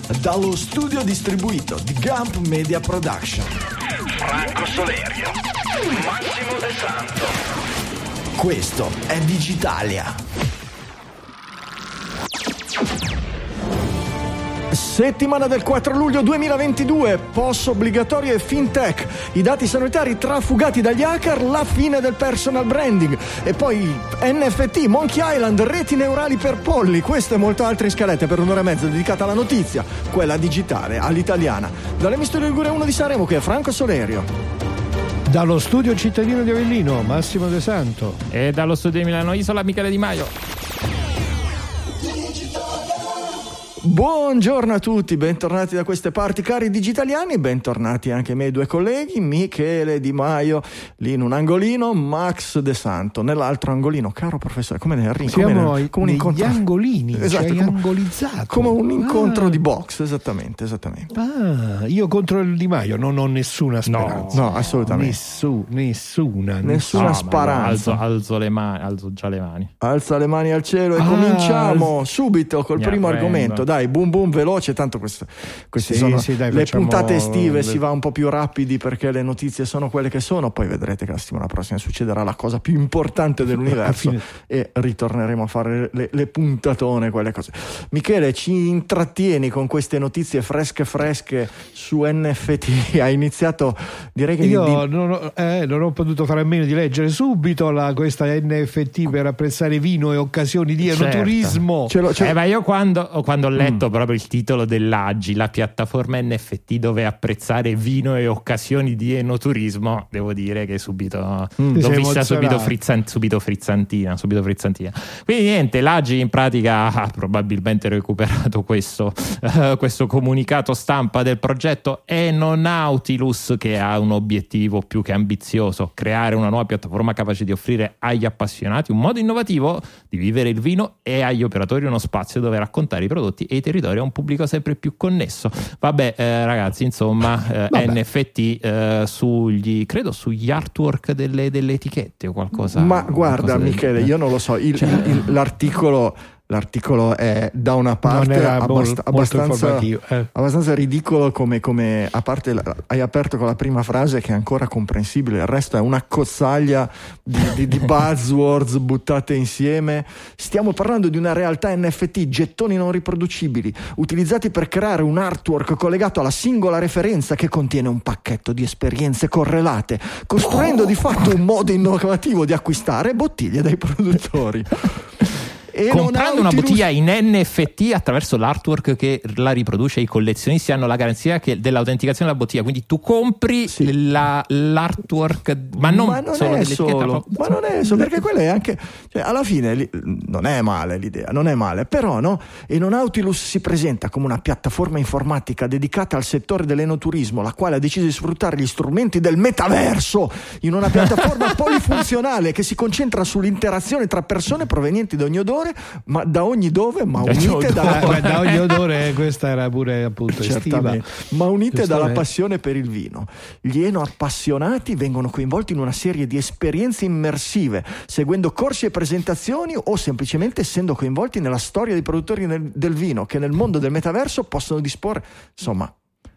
dallo studio distribuito di Gump Media Production. Franco Solerio, Massimo De Santo. Questo è Digitalia. Settimana del 4 luglio 2022, POS obbligatorio e fintech, i dati sanitari trafugati dagli hacker, la fine del personal branding e poi NFT, Monkey Island, reti neurali per polli, questo e molto altro in scaletta per un'ora e mezza dedicata alla notizia, quella digitale, all'italiana. Dall'Emistudio Ligure 1 di Sanremo, che è Franco Solerio. Dallo studio cittadino di Avellino, Massimo De Santo. E dallo studio di Milano Isola, Michele Di Maio. Buongiorno a tutti, bentornati da queste parti cari digitaliani, bentornati anche ai miei due colleghi, Michele Di Maio lì in un angolino, Max De Santo nell'altro angolino. Caro professore, come ne arrivi? Siamo come un incontro... angolini, esatto, cioè angolizzato. Come un incontro di box, esattamente. Io contro il Di Maio non ho nessuna speranza. No, assolutamente. Nessuna speranza. Alzo già le mani. Alza le mani al cielo e cominciamo subito col primo argomento. Dai, boom boom veloce, tanto queste sono le puntate estive, si va un po' più rapidi perché le notizie sono quelle che sono, poi vedrete che la settimana prossima succederà la cosa più importante dell'universo e ritorneremo a fare le puntatone, quelle cose. Michele, ci intrattieni con queste notizie fresche su NFT. Hai iniziato, direi che io non ho potuto fare a meno di leggere subito questa NFT per apprezzare vino e occasioni di enoturismo. Ma io quando ho letto proprio il titolo dell'Aggi, la piattaforma NFT dove apprezzare vino e occasioni di enoturismo, devo dire che subito l'ho vista subito frizzantina. Quindi niente, l'Aggi in pratica ha probabilmente recuperato questo comunicato stampa del progetto Enonautilus, che ha un obiettivo più che ambizioso: creare una nuova piattaforma capace di offrire agli appassionati un modo innovativo di vivere il vino e agli operatori uno spazio dove raccontare i prodotti e i territori a un pubblico sempre più connesso. Ragazzi, insomma, NFT sugli artwork delle etichette o qualcosa. Ma guarda, Michele, io non lo so, l'articolo è da una parte abbastanza ridicolo, come a parte hai aperto con la prima frase che è ancora comprensibile, il resto è una cozzaglia di buzzwords buttate insieme. Stiamo parlando di una realtà NFT, gettoni non riproducibili utilizzati per creare un artwork collegato alla singola referenza che contiene un pacchetto di esperienze correlate, costruendo di fatto un modo innovativo di acquistare bottiglie dai produttori. Comprando una bottiglia in NFT attraverso l'artwork che la riproduce, i collezionisti hanno la garanzia dell'autenticazione della bottiglia, quindi tu compri l'artwork, ma non solo dell'etichetta. Ma non è solo, perché quello è anche, cioè, alla fine non è male l'idea, non è male, però no? Enonautilus si presenta come una piattaforma informatica dedicata al settore dell'enoturismo, la quale ha deciso di sfruttare gli strumenti del metaverso in una piattaforma polifunzionale che si concentra sull'interazione tra persone provenienti da ogni odore, ma da ogni dove, ma unite da ogni odore. Questa era pure appunto estiva, ma unite dalla passione per il vino. Gli eno appassionati vengono coinvolti in una serie di esperienze immersive, seguendo corsi e presentazioni o semplicemente essendo coinvolti nella storia dei produttori del vino che nel mondo del metaverso possono disporre, insomma,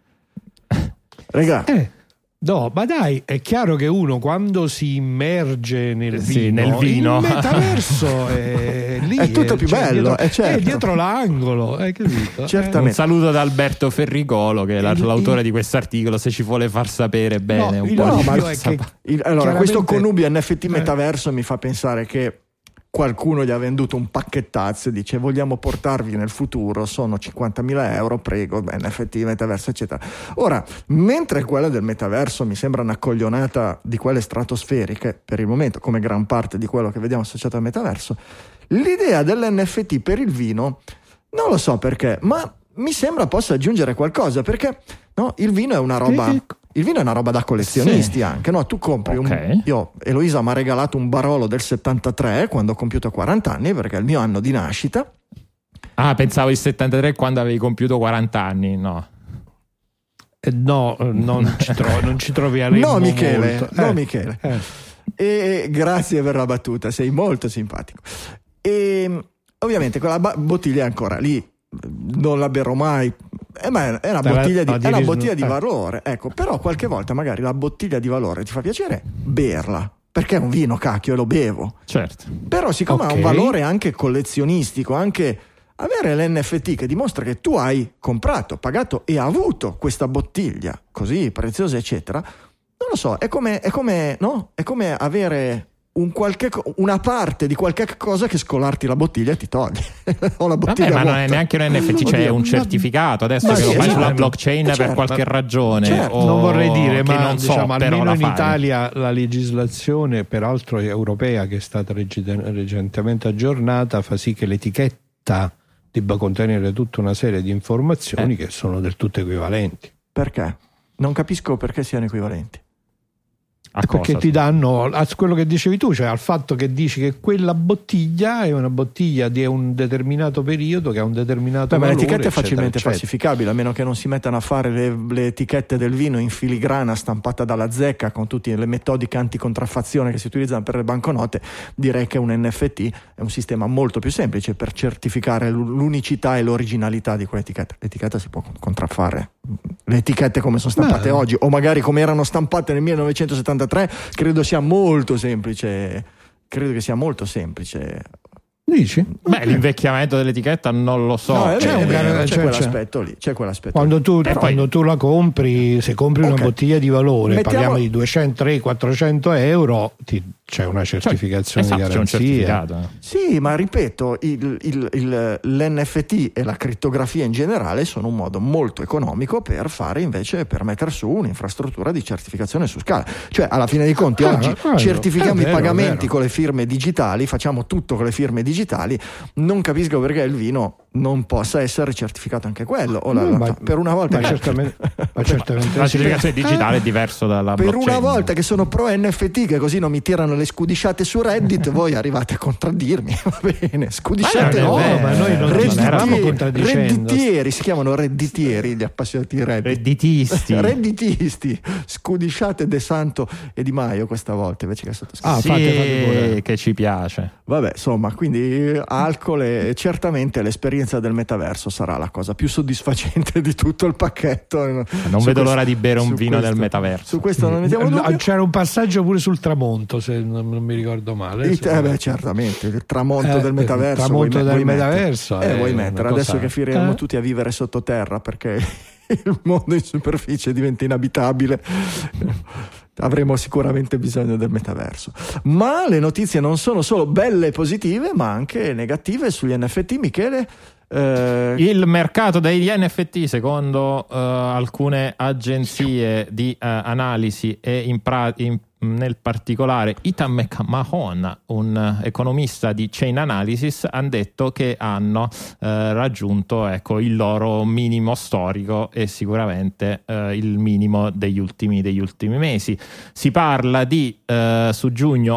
regà. No, ma dai, è chiaro che uno quando si immerge nel vino, il metaverso è lì, è tutto più bello, certo. È dietro l'angolo, hai capito? Certamente. Un saluto da Alberto Ferrigolo, che è l'autore di quest'articolo, se ci vuole far sapere bene allora, questo connubio NFT metaverso mi fa pensare che qualcuno gli ha venduto un pacchettazzo e dice: vogliamo portarvi nel futuro, sono 50.000 euro, prego, NFT, metaverso, eccetera. Ora, mentre quella del metaverso mi sembra una coglionata di quelle stratosferiche per il momento, come gran parte di quello che vediamo associato al metaverso, l'idea dell'NFT per il vino non lo so perché, ma mi sembra possa aggiungere qualcosa, perché no, il vino è una roba da collezionisti, anche, no? Tu compri Eloisa mi ha regalato un Barolo del 73 quando ho compiuto 40 anni, perché è il mio anno di nascita. Ah, pensavo il 73 quando avevi compiuto 40 anni, no. No, non ci troveremo. No, Michele, Michele. E grazie per la battuta, sei molto simpatico. E ovviamente quella bottiglia è ancora lì, non la berrò mai. ma è una bottiglia di valore, ecco. Però qualche volta magari la bottiglia di valore ti fa piacere berla, perché è un vino, cacchio, e lo bevo. Certo. Però siccome ha un valore anche collezionistico, anche avere l'NFT che dimostra che tu hai comprato, pagato e avuto questa bottiglia così preziosa, eccetera, non lo so, è come avere una parte di qualche cosa che scolarti la bottiglia e ti toglie. O la bottiglia ma non è neanche un NFT, c'è un certificato adesso che lo fai sulla blockchain per qualche ragione. Certo. Non vorrei dire, ma non so, almeno in Italia la legislazione, peraltro europea, che è stata recentemente aggiornata, fa sì che l'etichetta debba contenere tutta una serie di informazioni che sono del tutto equivalenti. Perché? Non capisco perché siano equivalenti. Perché ti danno a quello che dicevi tu, cioè al fatto che dici che quella bottiglia è una bottiglia di un determinato periodo che ha un determinato valore. Ma l'etichetta è facilmente falsificabile, a meno che non si mettano a fare le etichette del vino in filigrana stampata dalla zecca con tutte le metodiche anticontraffazione che si utilizzano per le banconote. Direi che un NFT è un sistema molto più semplice per certificare l'unicità e l'originalità di quell'etichetta. L'etichetta si può contraffare. Le etichette come sono stampate oggi, o magari come erano stampate nel 1973, credo sia molto semplice. Credo che sia molto semplice. Dici? Beh, l'invecchiamento dell'etichetta non lo so. No, c'è quell'aspetto lì. C'è quell'aspetto. Quando tu la compri, se compri una bottiglia di valore, parliamo di 200, 300, 400 euro, c'è una certificazione di garanzia. C'è un certificato. Sì, ma ripeto, l'NFT e la crittografia in generale sono un modo molto economico per mettere su un'infrastruttura di certificazione su scala. Cioè, alla fine dei conti, oggi certifichiamo i pagamenti con le firme digitali, facciamo tutto con le firme digitali. Non capisco perché il vino non possa essere certificato anche quello. Per una volta la certificazione digitale è diverso dalla per blockchain. Una volta che sono pro NFT, che così non mi tirano le scudisciate su Reddit, voi arrivate a contraddirmi. Va bene, scudisciate ma noi non eravamo contraddicendo. Redditieri, si chiamano redditieri gli appassionati di Reddit. Redditisti, scudisciate De Santo e Di Maio questa volta invece che sottoscritto. Fate che ci piace. Vabbè, insomma, quindi alcol e certamente l'esperienza del metaverso sarà la cosa più soddisfacente di tutto il pacchetto. Non vedo l'ora di bere un vino del metaverso. Su questo non mettiamo dubbio. C'era un passaggio pure sul tramonto, se non mi ricordo male. Certamente, il tramonto del metaverso. Il tramonto del metaverso. Vuoi mettere adesso che finiremo tutti a vivere sottoterra perché il mondo in superficie diventa inabitabile. Avremo sicuramente bisogno del metaverso. Ma le notizie non sono solo belle e positive, ma anche negative sugli NFT, Michele. Il mercato degli NFT, secondo alcune agenzie di analisi e nel particolare Ethan McMahon, un economista di Chain Analysis, hanno detto che hanno raggiunto il loro minimo storico e sicuramente il minimo degli ultimi mesi. Si parla di su giugno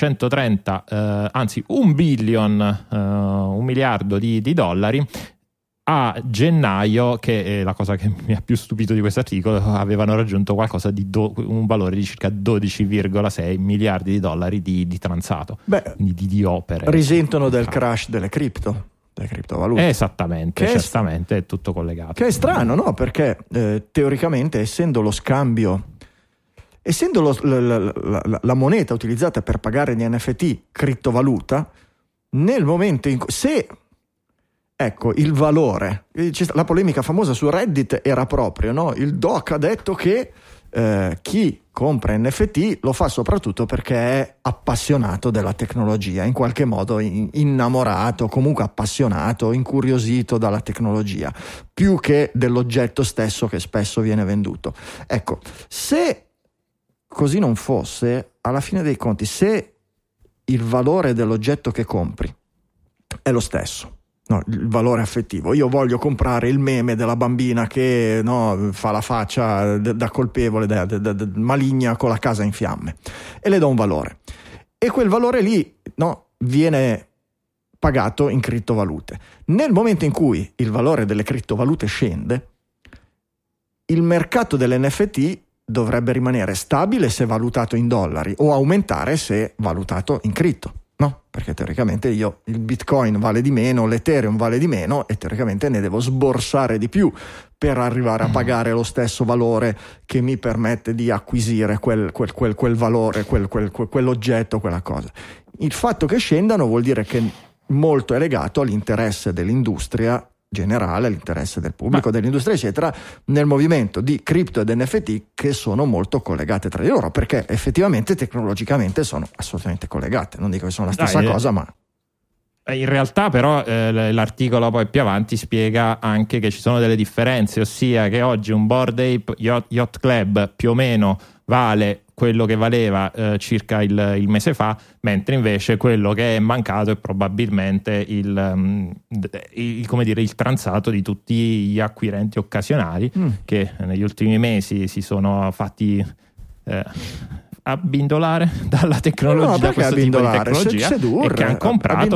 830, anzi $1 billion, $1 miliardo di dollari. A gennaio, che è la cosa che mi ha più stupito di questo articolo, avevano raggiunto qualcosa di un valore di circa 12,6 miliardi di dollari di transato, di opere. Risentono del crash delle criptovalute. Esattamente, certamente è tutto collegato. Che è strano, no? Perché teoricamente, essendo lo scambio, essendo la moneta utilizzata per pagare gli NFT criptovaluta, nel momento in cui il valore, la polemica famosa su Reddit era proprio, no? Il doc ha detto che chi compra NFT lo fa soprattutto perché è appassionato della tecnologia, in qualche modo innamorato, comunque appassionato, incuriosito dalla tecnologia, più che dell'oggetto stesso che spesso viene venduto. Ecco, se così non fosse, alla fine dei conti, se il valore dell'oggetto che compri è lo stesso, il valore affettivo, io voglio comprare il meme della bambina che fa la faccia da colpevole, da maligna, con la casa in fiamme, e le do un valore, e quel valore lì viene pagato in criptovalute. Nel momento in cui il valore delle criptovalute scende, il mercato dell'NFT dovrebbe rimanere stabile se valutato in dollari o aumentare se valutato in cripto. No, perché teoricamente il Bitcoin vale di meno, l'Ethereum vale di meno e teoricamente ne devo sborsare di più per arrivare a pagare lo stesso valore che mi permette di acquisire quel valore, quell'oggetto, quella cosa. Il fatto che scendano vuol dire che molto è legato all'interesse dell'industria generale, all'interesse del pubblico, dell'industria eccetera, nel movimento di cripto ed NFT che sono molto collegate tra di loro, perché effettivamente tecnologicamente sono assolutamente collegate. Non dico che sono la stessa cosa, ma in realtà però l'articolo poi più avanti spiega anche che ci sono delle differenze, ossia che oggi un Bored Ape Yacht Club più o meno vale quello che valeva circa il mese fa, mentre invece quello che è mancato è probabilmente il transato di tutti gli acquirenti occasionali che negli ultimi mesi si sono fatti abbindolare dalla tecnologia, da questo tipo di tecnologia, e che hanno comprato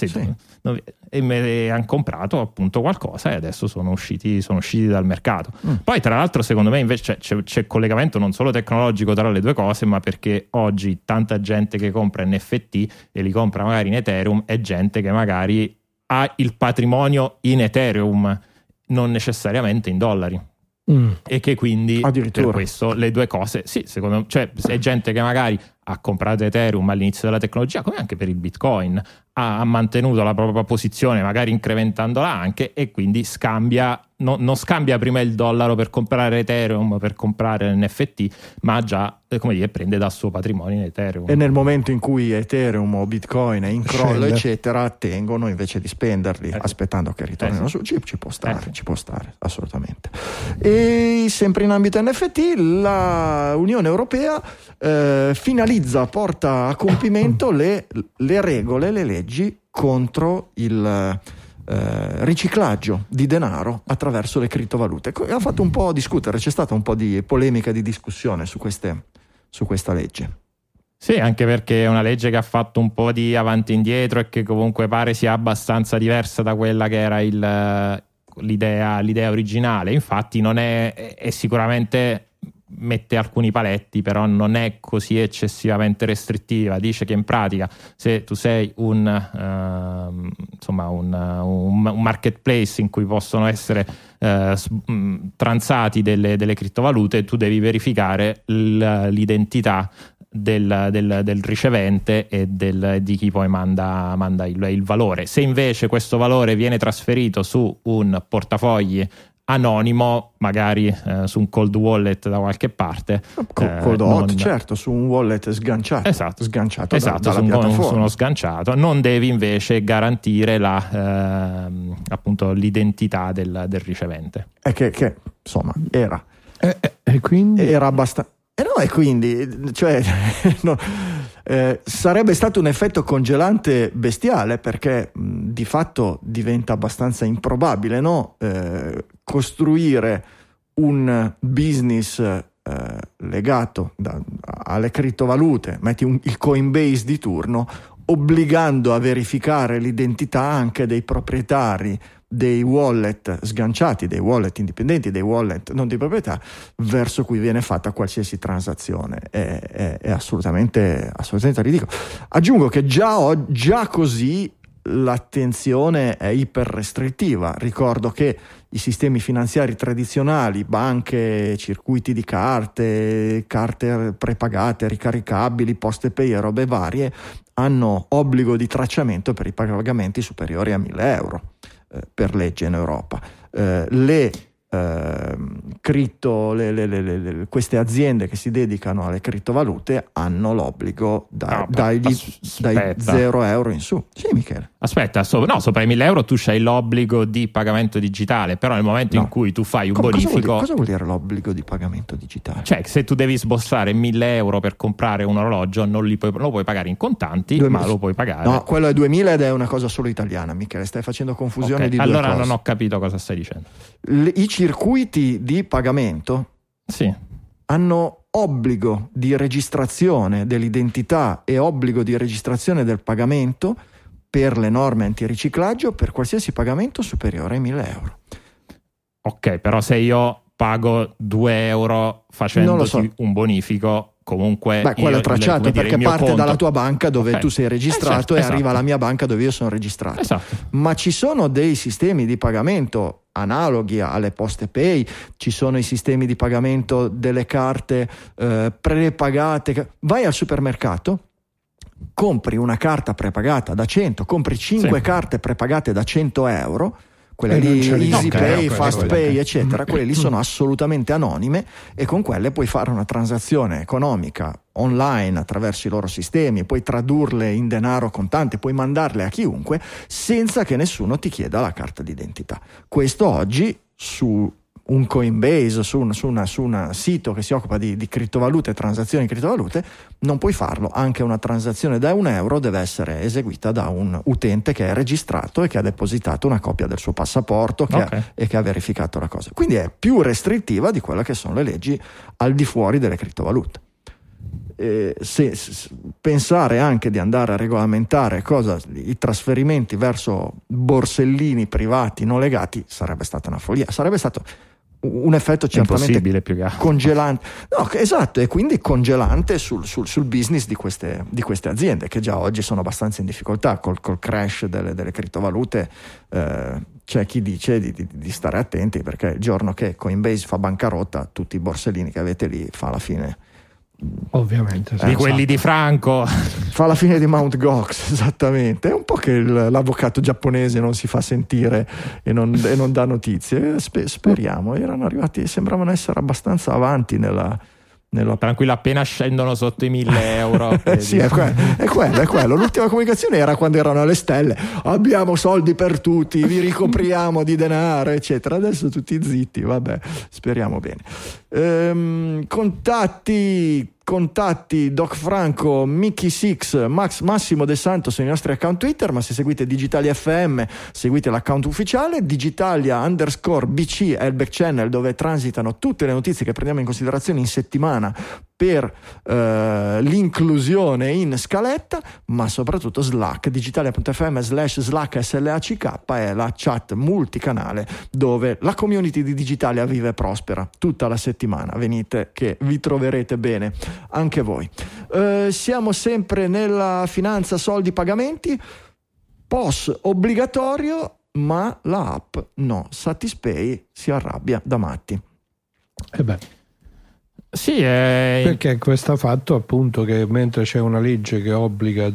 hanno comprato appunto qualcosa e adesso sono usciti dal mercato. Poi tra l'altro secondo me invece c'è collegamento non solo tecnologico tra le due cose, ma perché oggi tanta gente che compra NFT e li compra magari in Ethereum è gente che magari ha il patrimonio in Ethereum, non necessariamente in dollari. E che quindi per questo le due cose secondo me, cioè è gente che magari ha comprato Ethereum all'inizio della tecnologia, come anche per il Bitcoin, ha mantenuto la propria posizione magari incrementandola anche, e quindi non scambia prima il dollaro per comprare Ethereum, per comprare l'NFT, ma già prende dal suo patrimonio in Ethereum. E nel momento in cui Ethereum o Bitcoin è in crollo eccetera, tengono invece di spenderli aspettando che ritornino su. Ci può stare assolutamente. E sempre in ambito NFT la Unione Europea porta a compimento le regole, le leggi contro il riciclaggio di denaro attraverso le criptovalute. Ha fatto un po' discutere, c'è stata un po' di polemica, di discussione su questa legge. Sì, anche perché è una legge che ha fatto un po' di avanti e indietro e che comunque pare sia abbastanza diversa da quella che era l'idea originale. Infatti non è sicuramente mette alcuni paletti, però non è così eccessivamente restrittiva. Dice che in pratica se tu sei un marketplace in cui possono essere transati delle criptovalute, tu devi verificare l'identità del ricevente e di chi poi manda il valore. Se invece questo valore viene trasferito su un portafogli anonimo, magari su un cold wallet da qualche parte, certo, su un wallet sganciato dalla piattaforma. Su uno sganciato, non devi invece garantire appunto l'identità del ricevente. Che insomma era e quindi era abbastanza sarebbe stato un effetto congelante bestiale, perché di fatto diventa abbastanza improbabile, no? Costruire un business legato alle criptovalute, metti il Coinbase di turno, obbligando a verificare l'identità anche dei proprietari dei wallet sganciati, dei wallet indipendenti, dei wallet non di proprietà, verso cui viene fatta qualsiasi transazione. È assolutamente ridicolo. Aggiungo che già così l'attenzione è iper restrittiva. Ricordo che i sistemi finanziari tradizionali, banche, circuiti di carte prepagate, ricaricabili, poste pay e robe varie, hanno obbligo di tracciamento per i pagamenti superiori a 1.000 euro per legge in Europa. Queste aziende che si dedicano alle criptovalute hanno l'obbligo dai 0 euro in su. Sì, Michele. Aspetta, sopra i 1.000 euro tu c'hai l'obbligo di pagamento digitale, però nel momento in cui tu fai un bonifico... Cosa vuol dire l'obbligo di pagamento digitale? Cioè, se tu devi sborsare 1.000 euro per comprare un orologio, non lo puoi pagare in contanti, ma lo puoi pagare... No, quello è 2.000 ed è una cosa solo italiana, Michele, stai facendo confusione di due cose. Allora non ho capito cosa stai dicendo. I circuiti di pagamento hanno obbligo di registrazione dell'identità e obbligo di registrazione del pagamento per le norme antiriciclaggio per qualsiasi pagamento superiore ai 1.000 euro. Ok, però se io pago 2 euro facendoti un bonifico, comunque quello è tracciato perché parte dalla tua banca dove tu sei registrato, esatto. Arriva alla mia banca dove io sono registrato. Esatto. Ma ci sono dei sistemi di pagamento analoghi alle Poste Pay, ci sono i sistemi di pagamento delle carte prepagate. Vai al supermercato, compri una carta prepagata da 100, compri 5 carte prepagate da 100 euro, quelle lì Easy Pay, Fast Pay, eccetera, quelle lì sono assolutamente anonime e con quelle puoi fare una transazione economica online attraverso i loro sistemi, puoi tradurle in denaro contante, puoi mandarle a chiunque senza che nessuno ti chieda la carta d'identità. Questo oggi su un Coinbase, su un sito che si occupa di criptovalute e transazioni in criptovalute, non puoi farlo. Anche una transazione da €1 deve essere eseguita da un utente che è registrato e che ha depositato una copia del suo passaporto e che ha verificato la cosa. Quindi è più restrittiva di quelle che sono le leggi al di fuori delle criptovalute. Pensare anche di andare a regolamentare i trasferimenti verso borsellini privati non legati sarebbe stata una follia, sarebbe stato un effetto certamente congelante, esatto, e quindi congelante sul business di queste aziende che già oggi sono abbastanza in difficoltà col crash delle criptovalute. C'è chi dice di stare attenti perché il giorno che Coinbase fa bancarotta tutti i borsellini che avete lì fa la fine. Ovviamente di quelli di Franco, fa la fine di Mt. Gox, esattamente. È un po' che l'avvocato giapponese non si fa sentire e non dà notizie. Speriamo, erano arrivati, sembravano essere abbastanza avanti nella tranquillo, appena scendono sotto i €1.000. Sì, è quello. L'ultima comunicazione era quando erano alle stelle: abbiamo soldi per tutti, vi ricopriamo di denaro, eccetera. Adesso tutti zitti, vabbè, speriamo bene. Contatti Doc Franco, Mickey Six, Massimo De Santo sui nostri account Twitter, ma se seguite Digitalia FM seguite l'account ufficiale. Digitalia_BC è il back channel dove transitano tutte le notizie che prendiamo in considerazione in settimana per l'inclusione in scaletta, ma soprattutto Slack, digitalia.fm/slack è la chat multicanale dove la community di Digitalia vive e prospera tutta la settimana. Venite che vi troverete bene anche voi. Siamo sempre nella finanza, soldi, pagamenti, POS obbligatorio, ma la app no. Satispay si arrabbia da matti. Sì, perché questo fatto appunto che mentre c'è una legge che obbliga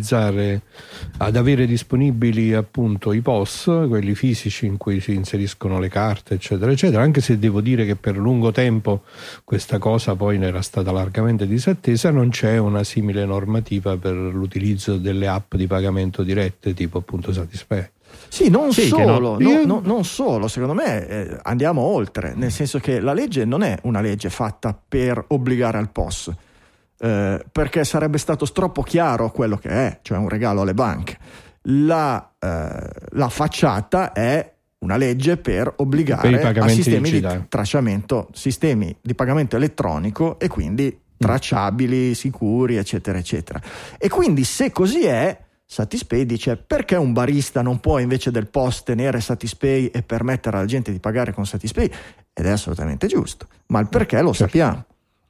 ad avere disponibili appunto i POS, quelli fisici in cui si inseriscono le carte eccetera eccetera, anche se devo dire che per lungo tempo questa cosa poi ne era stata largamente disattesa, non c'è una simile normativa per l'utilizzo delle app di pagamento dirette tipo appunto Satispay. Sì, non solo, secondo me andiamo oltre, nel senso che la legge non è una legge fatta per obbligare al POS, perché sarebbe stato troppo chiaro quello che è, cioè un regalo alle banche. La facciata è una legge per obbligare a sistemi digitali di tracciamento, sistemi di pagamento elettronico e quindi tracciabili, sicuri, eccetera, eccetera. E quindi se così è, Satispay dice: perché un barista non può invece del POS tenere Satispay e permettere alla gente di pagare con Satispay? Ed è assolutamente giusto, ma il perché lo sappiamo.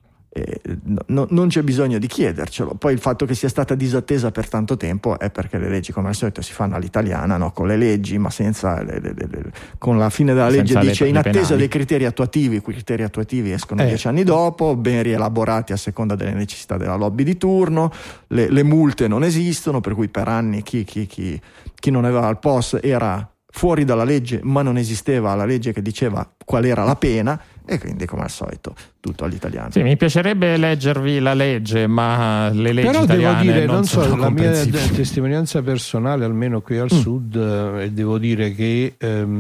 Non c'è bisogno di chiedercelo. Poi il fatto che sia stata disattesa per tanto tempo è perché le leggi come al solito si fanno all'italiana, no? Con le leggi ma senza con la fine della legge dice in attesa dei criteri attuativi. Quei criteri attuativi escono 10 anni dopo, ben rielaborati a seconda delle necessità della lobby di turno. Le multe non esistono, per cui per anni chi non aveva il POS era fuori dalla legge, ma non esisteva la legge che diceva qual era la pena, e quindi come al solito tutto all'italiano. Sì, mi piacerebbe leggervi la legge, ma le leggi però italiane devo dire, non sono la mia comprensibili. testimonianza personale, almeno qui al sud, devo dire che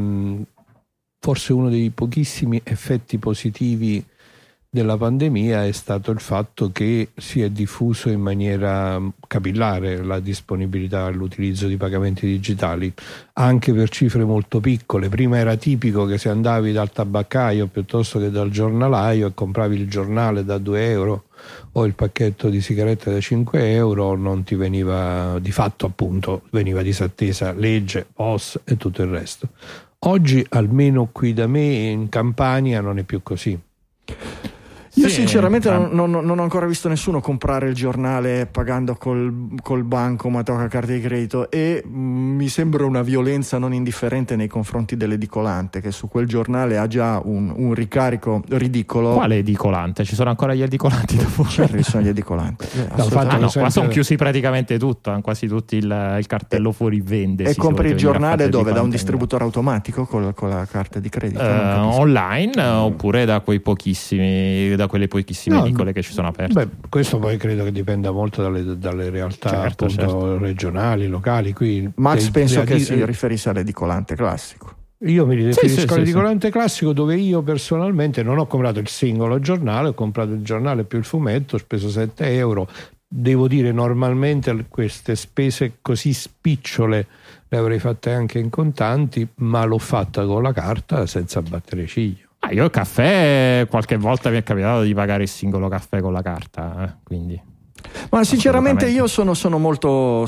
forse uno dei pochissimi effetti positivi della pandemia è stato il fatto che si è diffuso in maniera capillare la disponibilità all'utilizzo di pagamenti digitali anche per cifre molto piccole. Prima era tipico che se andavi dal tabaccaio piuttosto che dal giornalaio e compravi il giornale da €2 o il pacchetto di sigarette da €5, non ti veniva, di fatto appunto veniva disattesa legge, POS e tutto il resto. Oggi almeno qui da me in Campania non è più così. Io sinceramente non ho ancora visto nessuno comprare il giornale pagando col bancomat o con la carta di credito, e mi sembra una violenza non indifferente nei confronti dell'edicolante, che su quel giornale ha già un ricarico ridicolo. Quale edicolante? Ci sono ancora gli edicolanti dopo? Ci sono gli edicolanti. Qua sono chiusi praticamente tutto, hanno quasi tutti il cartello fuori vende. E compri il giornale dove? Da un distributore automatico con la carta di credito? Online oppure da quelle pochissime edicole che ci sono aperte. Beh, questo poi credo che dipenda molto dalle realtà regionali, locali. Qui Max penso che si riferisse all'edicolante classico. Io mi riferisco all'edicolante classico, dove io personalmente non ho comprato il singolo giornale, ho comprato il giornale più il fumetto, ho speso 7 euro. Devo dire, normalmente queste spese così spicciole le avrei fatte anche in contanti, ma l'ho fatta con la carta senza battere ciglio. Io il caffè qualche volta mi è capitato di pagare il singolo caffè con la carta, quindi. Ma sinceramente io sono molto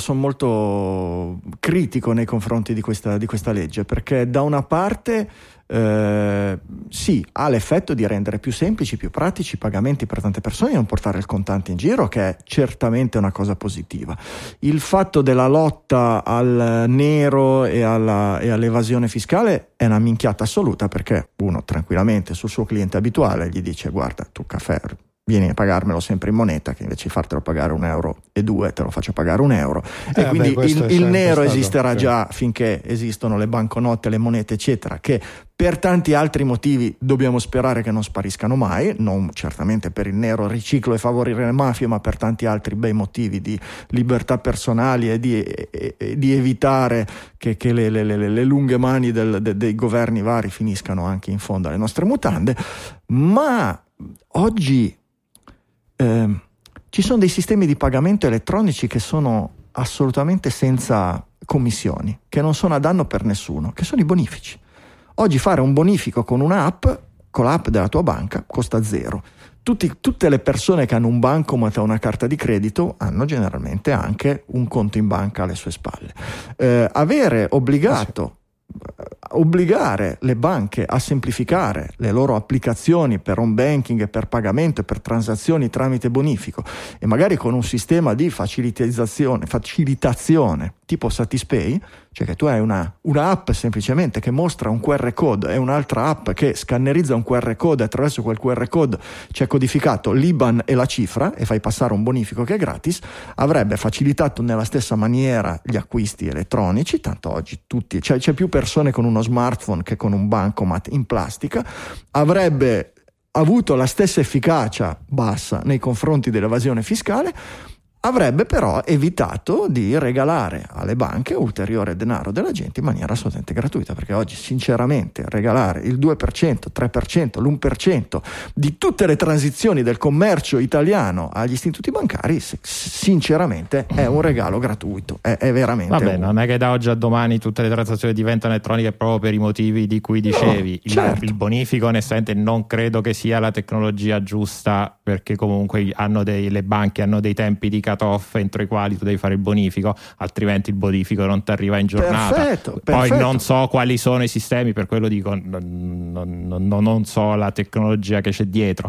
critico nei confronti di questa legge, perché da una parte sì, ha l'effetto di rendere più semplici, più pratici i pagamenti per tante persone e non portare il contante in giro, che è certamente una cosa positiva. Il fatto della lotta al nero e all'evasione fiscale è una minchiata assoluta, perché uno tranquillamente sul suo cliente abituale gli dice: guarda, tu caffè vieni a pagarmelo sempre in moneta, che invece di fartelo pagare €1,02 te lo faccio pagare €1. E quindi il nero esisterà già finché esistono le banconote, le monete eccetera, che per tanti altri motivi dobbiamo sperare che non spariscano mai, non certamente per il nero riciclo e favorire le mafie, ma per tanti altri bei motivi di libertà personali e di evitare che le lunghe mani dei governi vari finiscano anche in fondo alle nostre mutande. Ma oggi ci sono dei sistemi di pagamento elettronici che sono assolutamente senza commissioni, che non sono a danno per nessuno, che sono i bonifici. Oggi fare un bonifico con un'app, con l'app della tua banca, costa zero. Tutte le persone che hanno un bancomat o una carta di credito hanno generalmente anche un conto in banca alle sue spalle. Obbligare le banche a semplificare le loro applicazioni per home banking e per pagamento e per transazioni tramite bonifico, e magari con un sistema di facilitazione tipo Satispay, cioè che tu hai una app semplicemente che mostra un QR code e un'altra app che scannerizza un QR code, e attraverso quel QR code c'è codificato l'IBAN e la cifra e fai passare un bonifico che è gratis, avrebbe facilitato nella stessa maniera gli acquisti elettronici, tanto oggi c'è più persone con uno smartphone che con un bancomat in plastica, avrebbe avuto la stessa efficacia bassa nei confronti dell'evasione fiscale, avrebbe però evitato di regalare alle banche ulteriore denaro della gente in maniera assolutamente gratuita, perché oggi sinceramente regalare il 2%, 3%, l'1% di tutte le transizioni del commercio italiano agli istituti bancari sinceramente è un regalo gratuito, è veramente non è che da oggi a domani tutte le transazioni diventano elettroniche proprio per i motivi di cui dicevi. Certo. Il bonifico onestamente non credo che sia la tecnologia giusta, perché comunque le banche hanno dei tempi di cut-off entro i quali tu devi fare il bonifico, altrimenti il bonifico non ti arriva in giornata. Perfetto. Poi non so quali sono i sistemi, per quello dico non so la tecnologia che c'è dietro.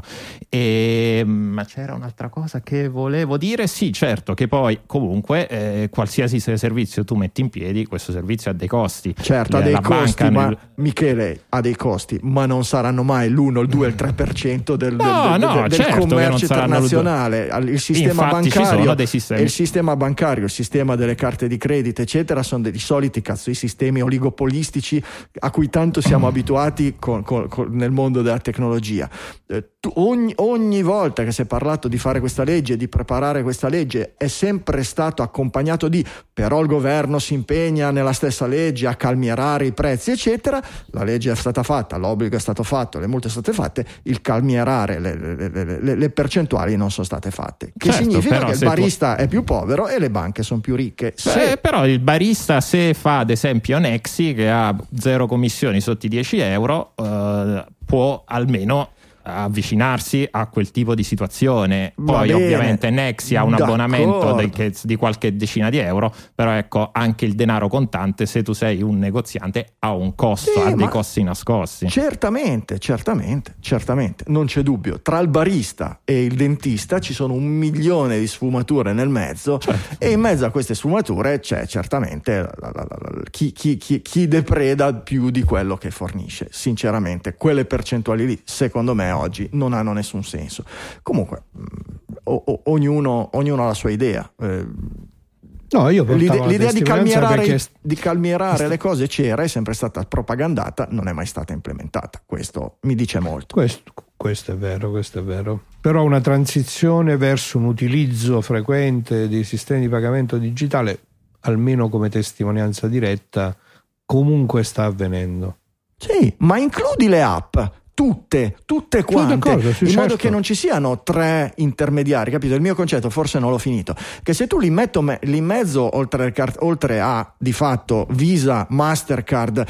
Ma c'era un'altra cosa che volevo dire, sì, certo, che poi comunque qualsiasi servizio tu metti in piedi, questo servizio ha dei costi. Certo, ha dei costi, ma Michele, ha dei costi, ma non saranno mai l'1, il 2, il 3% del commercio internazionale. Il sistema bancario il sistema bancario, il sistema delle carte di credito eccetera sono dei soliti i sistemi oligopolistici a cui tanto siamo abituati nel mondo della tecnologia. Ogni volta che si è parlato di fare questa legge, di preparare questa legge, è sempre stato accompagnato però il governo si impegna nella stessa legge a calmierare i prezzi eccetera. La legge è stata fatta, l'obbligo è stato fatto, le multe sono state fatte, il calmierare le percentuali non sono state fatte, che significa che il barista è più povero e le banche sono più ricche. Però il barista, se fa ad esempio Nexi che ha 0 commissioni sotto i €10, può almeno avvicinarsi a quel tipo di situazione. Poi ovviamente Nexi ha un abbonamento di qualche decina di euro, però ecco, anche il denaro contante, se tu sei un negoziante, ha un costo, ha dei costi nascosti. Certamente, non c'è dubbio. Tra il barista e il dentista ci sono 1 milione di sfumature nel mezzo, e in mezzo a queste sfumature c'è certamente chi depreda più di quello che fornisce. Sinceramente, quelle percentuali lì, secondo me, oggi non hanno nessun senso. Comunque ognuno ha la sua idea. No, io l'idea di calmierare le cose c'era, è sempre stata propagandata, non è mai stata implementata. Questo mi dice molto. Questo è vero. Però una transizione verso un utilizzo frequente di sistemi di pagamento digitale, almeno come testimonianza diretta, comunque sta avvenendo. Sì, ma includi le app. Tutte quante, in modo che non ci siano 3 intermediari, capito? Il mio concetto, forse non l'ho finito, che se tu li metto lì in mezzo, oltre a di fatto Visa, Mastercard,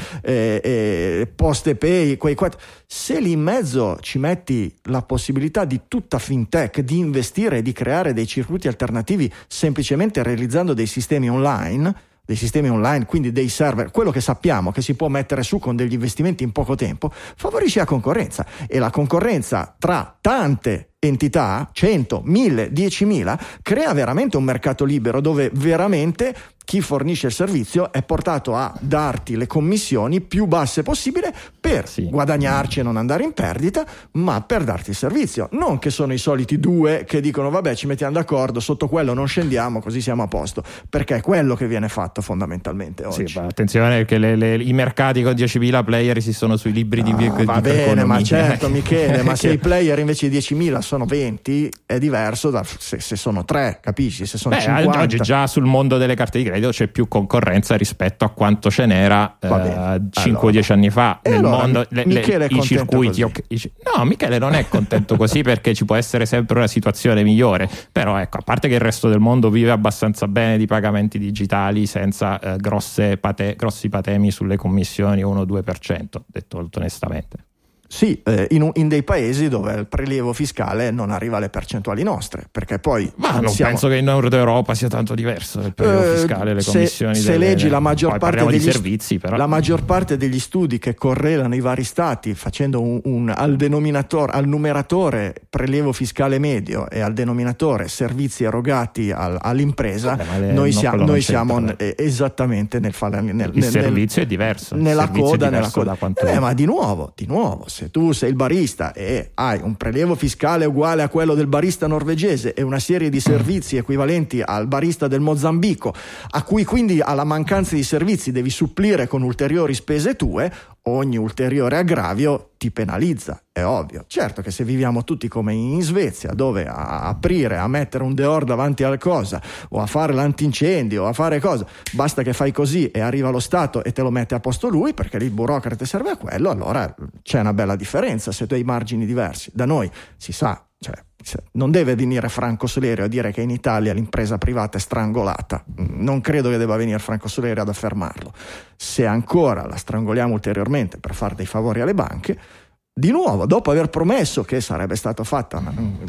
PostePay, quei 4, se lì in mezzo ci metti la possibilità di tutta fintech di investire e di creare dei circuiti alternativi semplicemente realizzando dei sistemi online, quindi dei server, quello che sappiamo che si può mettere su con degli investimenti in poco tempo, favorisce la concorrenza, e la concorrenza tra tante entità, 100, 1000, 10.000, crea veramente un mercato libero dove veramente chi fornisce il servizio è portato a darti le commissioni più basse possibile per guadagnarci e non andare in perdita, ma per darti il servizio. Non che sono i soliti 2 che dicono vabbè, ci mettiamo d'accordo, sotto quello non scendiamo, così siamo a posto, perché è quello che viene fatto fondamentalmente oggi. Sì, attenzione che i mercati con 10.000 player esistono sui libri di va bene, ma certo Michele, ma se i player invece di 10.000 sono 20 è diverso da se sono 3, capisci? Se sono 50. Oggi già sul mondo delle carte di credito c'è più concorrenza rispetto a quanto ce n'era 5-10 anni fa nel mondo. I circuiti. No, Michele non è contento così perché ci può essere sempre una situazione migliore, però ecco, a parte che il resto del mondo vive abbastanza bene di pagamenti digitali senza grossi patemi sulle commissioni 1-2%, detto molto onestamente. Sì, in dei paesi dove il prelievo fiscale non arriva alle percentuali nostre, perché poi penso che in Nord Europa sia tanto diverso il prelievo fiscale, le commissioni. Se leggi la maggior parte degli servizi, però. La maggior parte degli studi che correlano i vari stati facendo al numeratore prelievo fiscale medio e al denominatore servizi erogati all'impresa, noi siamo esattamente il servizio è diverso, nella coda. Ma di nuovo, se tu sei il barista e hai un prelievo fiscale uguale a quello del barista norvegese e una serie di servizi equivalenti al barista del Mozambico, a cui quindi alla mancanza di servizi devi supplire con ulteriori spese tue, ogni ulteriore aggravio ti penalizza, è ovvio. Certo che se viviamo tutti come in Svezia, dove a aprire, a mettere un Deor davanti alla cosa, o a fare l'antincendio, o a fare cosa, basta che fai così e arriva lo Stato e te lo mette a posto lui, perché lì il burocrate serve a quello, allora c'è una bella differenza se tu hai margini diversi. Da noi si sa, non deve venire Franco Solerio a dire che in Italia l'impresa privata è strangolata. Non credo che debba venire Franco Solerio ad affermarlo. Se ancora la strangoliamo ulteriormente per fare dei favori alle banche, di nuovo, dopo aver promesso che sarebbe stata fatta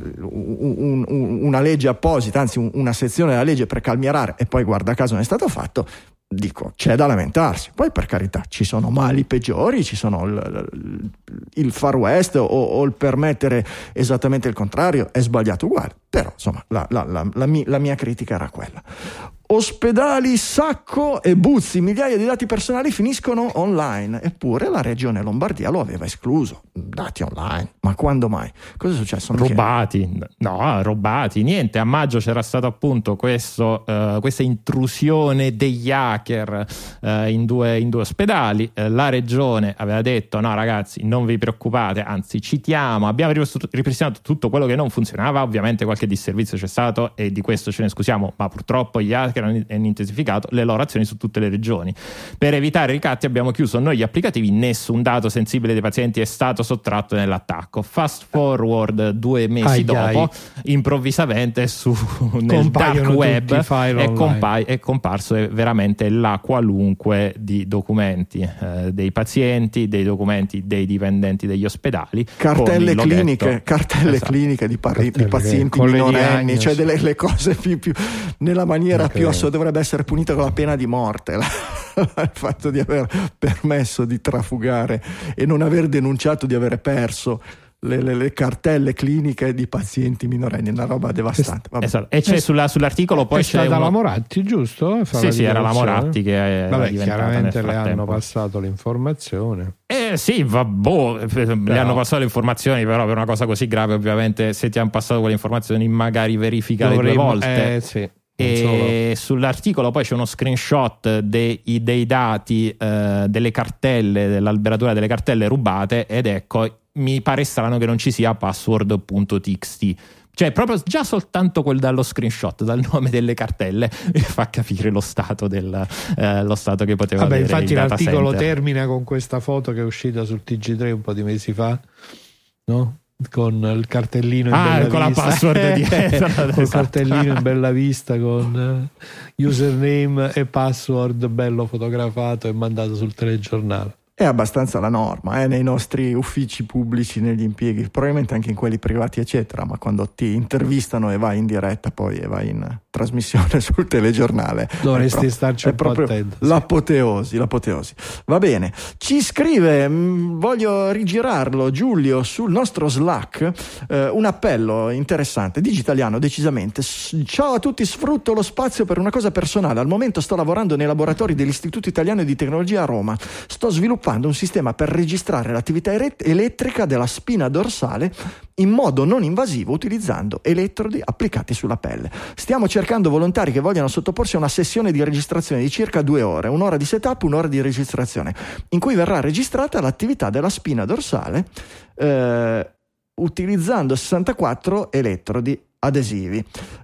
una legge apposita, anzi una sezione della legge per calmierare, e poi guarda caso non è stato fatto, dico, c'è da lamentarsi. Poi per carità, ci sono mali peggiori, ci sono il Far West o il permettere esattamente il contrario è sbagliato uguale, però insomma la mia critica era quella. Ospedali, Sacco e Buzzi, migliaia di dati personali finiscono online, eppure la regione Lombardia lo aveva escluso. Dati online, ma quando mai? Cosa è successo? Rubati, niente. A maggio c'era stato appunto questa intrusione degli hacker in due ospedali. La regione aveva detto no ragazzi, non vi preoccupate, anzi citiamo, abbiamo ripristinato tutto quello che non funzionava. Ovviamente qualche disservizio c'è stato e di questo ce ne scusiamo, ma purtroppo gli hacker che hanno intensificato le loro azioni su tutte le regioni. Per evitare ricatti abbiamo chiuso noi gli applicativi, nessun dato sensibile dei pazienti è stato sottratto nell'attacco. Fast forward 2 mesi dopo, improvvisamente nel dark web è comparso veramente la qualunque di documenti dei pazienti, dei documenti dei dipendenti degli ospedali, cartelle cliniche di pazienti minorenni, cioè le cose più nella maniera più assoluta. Dovrebbe essere punita con la pena di morte il fatto di aver permesso di trafugare e non aver denunciato di avere perso le cartelle cliniche di pazienti minorenni, una roba devastante. Esatto. E c'è sull'articolo poi c'è stata la Moratti, giusto? Sì, era la Moratti che è chiaramente le hanno passato l'informazione. Sì, le hanno passato le informazioni, però per una cosa così grave ovviamente se ti hanno passato quelle informazioni magari verificale 2 volte. Sì. E sull'articolo poi c'è uno screenshot dei dati delle cartelle, dell'alberatura delle cartelle rubate, ed ecco, mi pare strano che non ci sia password.txt. Cioè proprio già soltanto dallo screenshot, dal nome delle cartelle, fa capire lo stato lo stato che poteva avere. Infatti il l'articolo center termina con questa foto che è uscita sul TG3 un po' di mesi fa, no? Con il cartellino in bella con vista. La password dietro. Con il cartellino in bella vista con username e password bello fotografato e mandato sul telegiornale. È abbastanza la norma nei nostri uffici pubblici, negli impieghi, probabilmente anche in quelli privati eccetera, ma quando ti intervistano e vai in diretta poi e vai in trasmissione sul telegiornale dovresti starci un po' attento. L'apoteosi. Va bene, ci scrive, voglio rigirarlo, Giulio, sul nostro Slack, un appello interessante, digitaliano decisamente. Ciao a tutti, sfrutto lo spazio per una cosa personale. Al momento sto lavorando nei laboratori dell'Istituto Italiano di Tecnologia a Roma. Sto sviluppando un sistema per registrare l'attività elettrica della spina dorsale in modo non invasivo utilizzando elettrodi applicati sulla pelle. Stiamo cercando volontari che vogliano sottoporsi a una sessione di registrazione di circa 2 ore, 1 ora di setup, 1 ora di registrazione, in cui verrà registrata l'attività della spina dorsale utilizzando 64 elettrodi adesivi.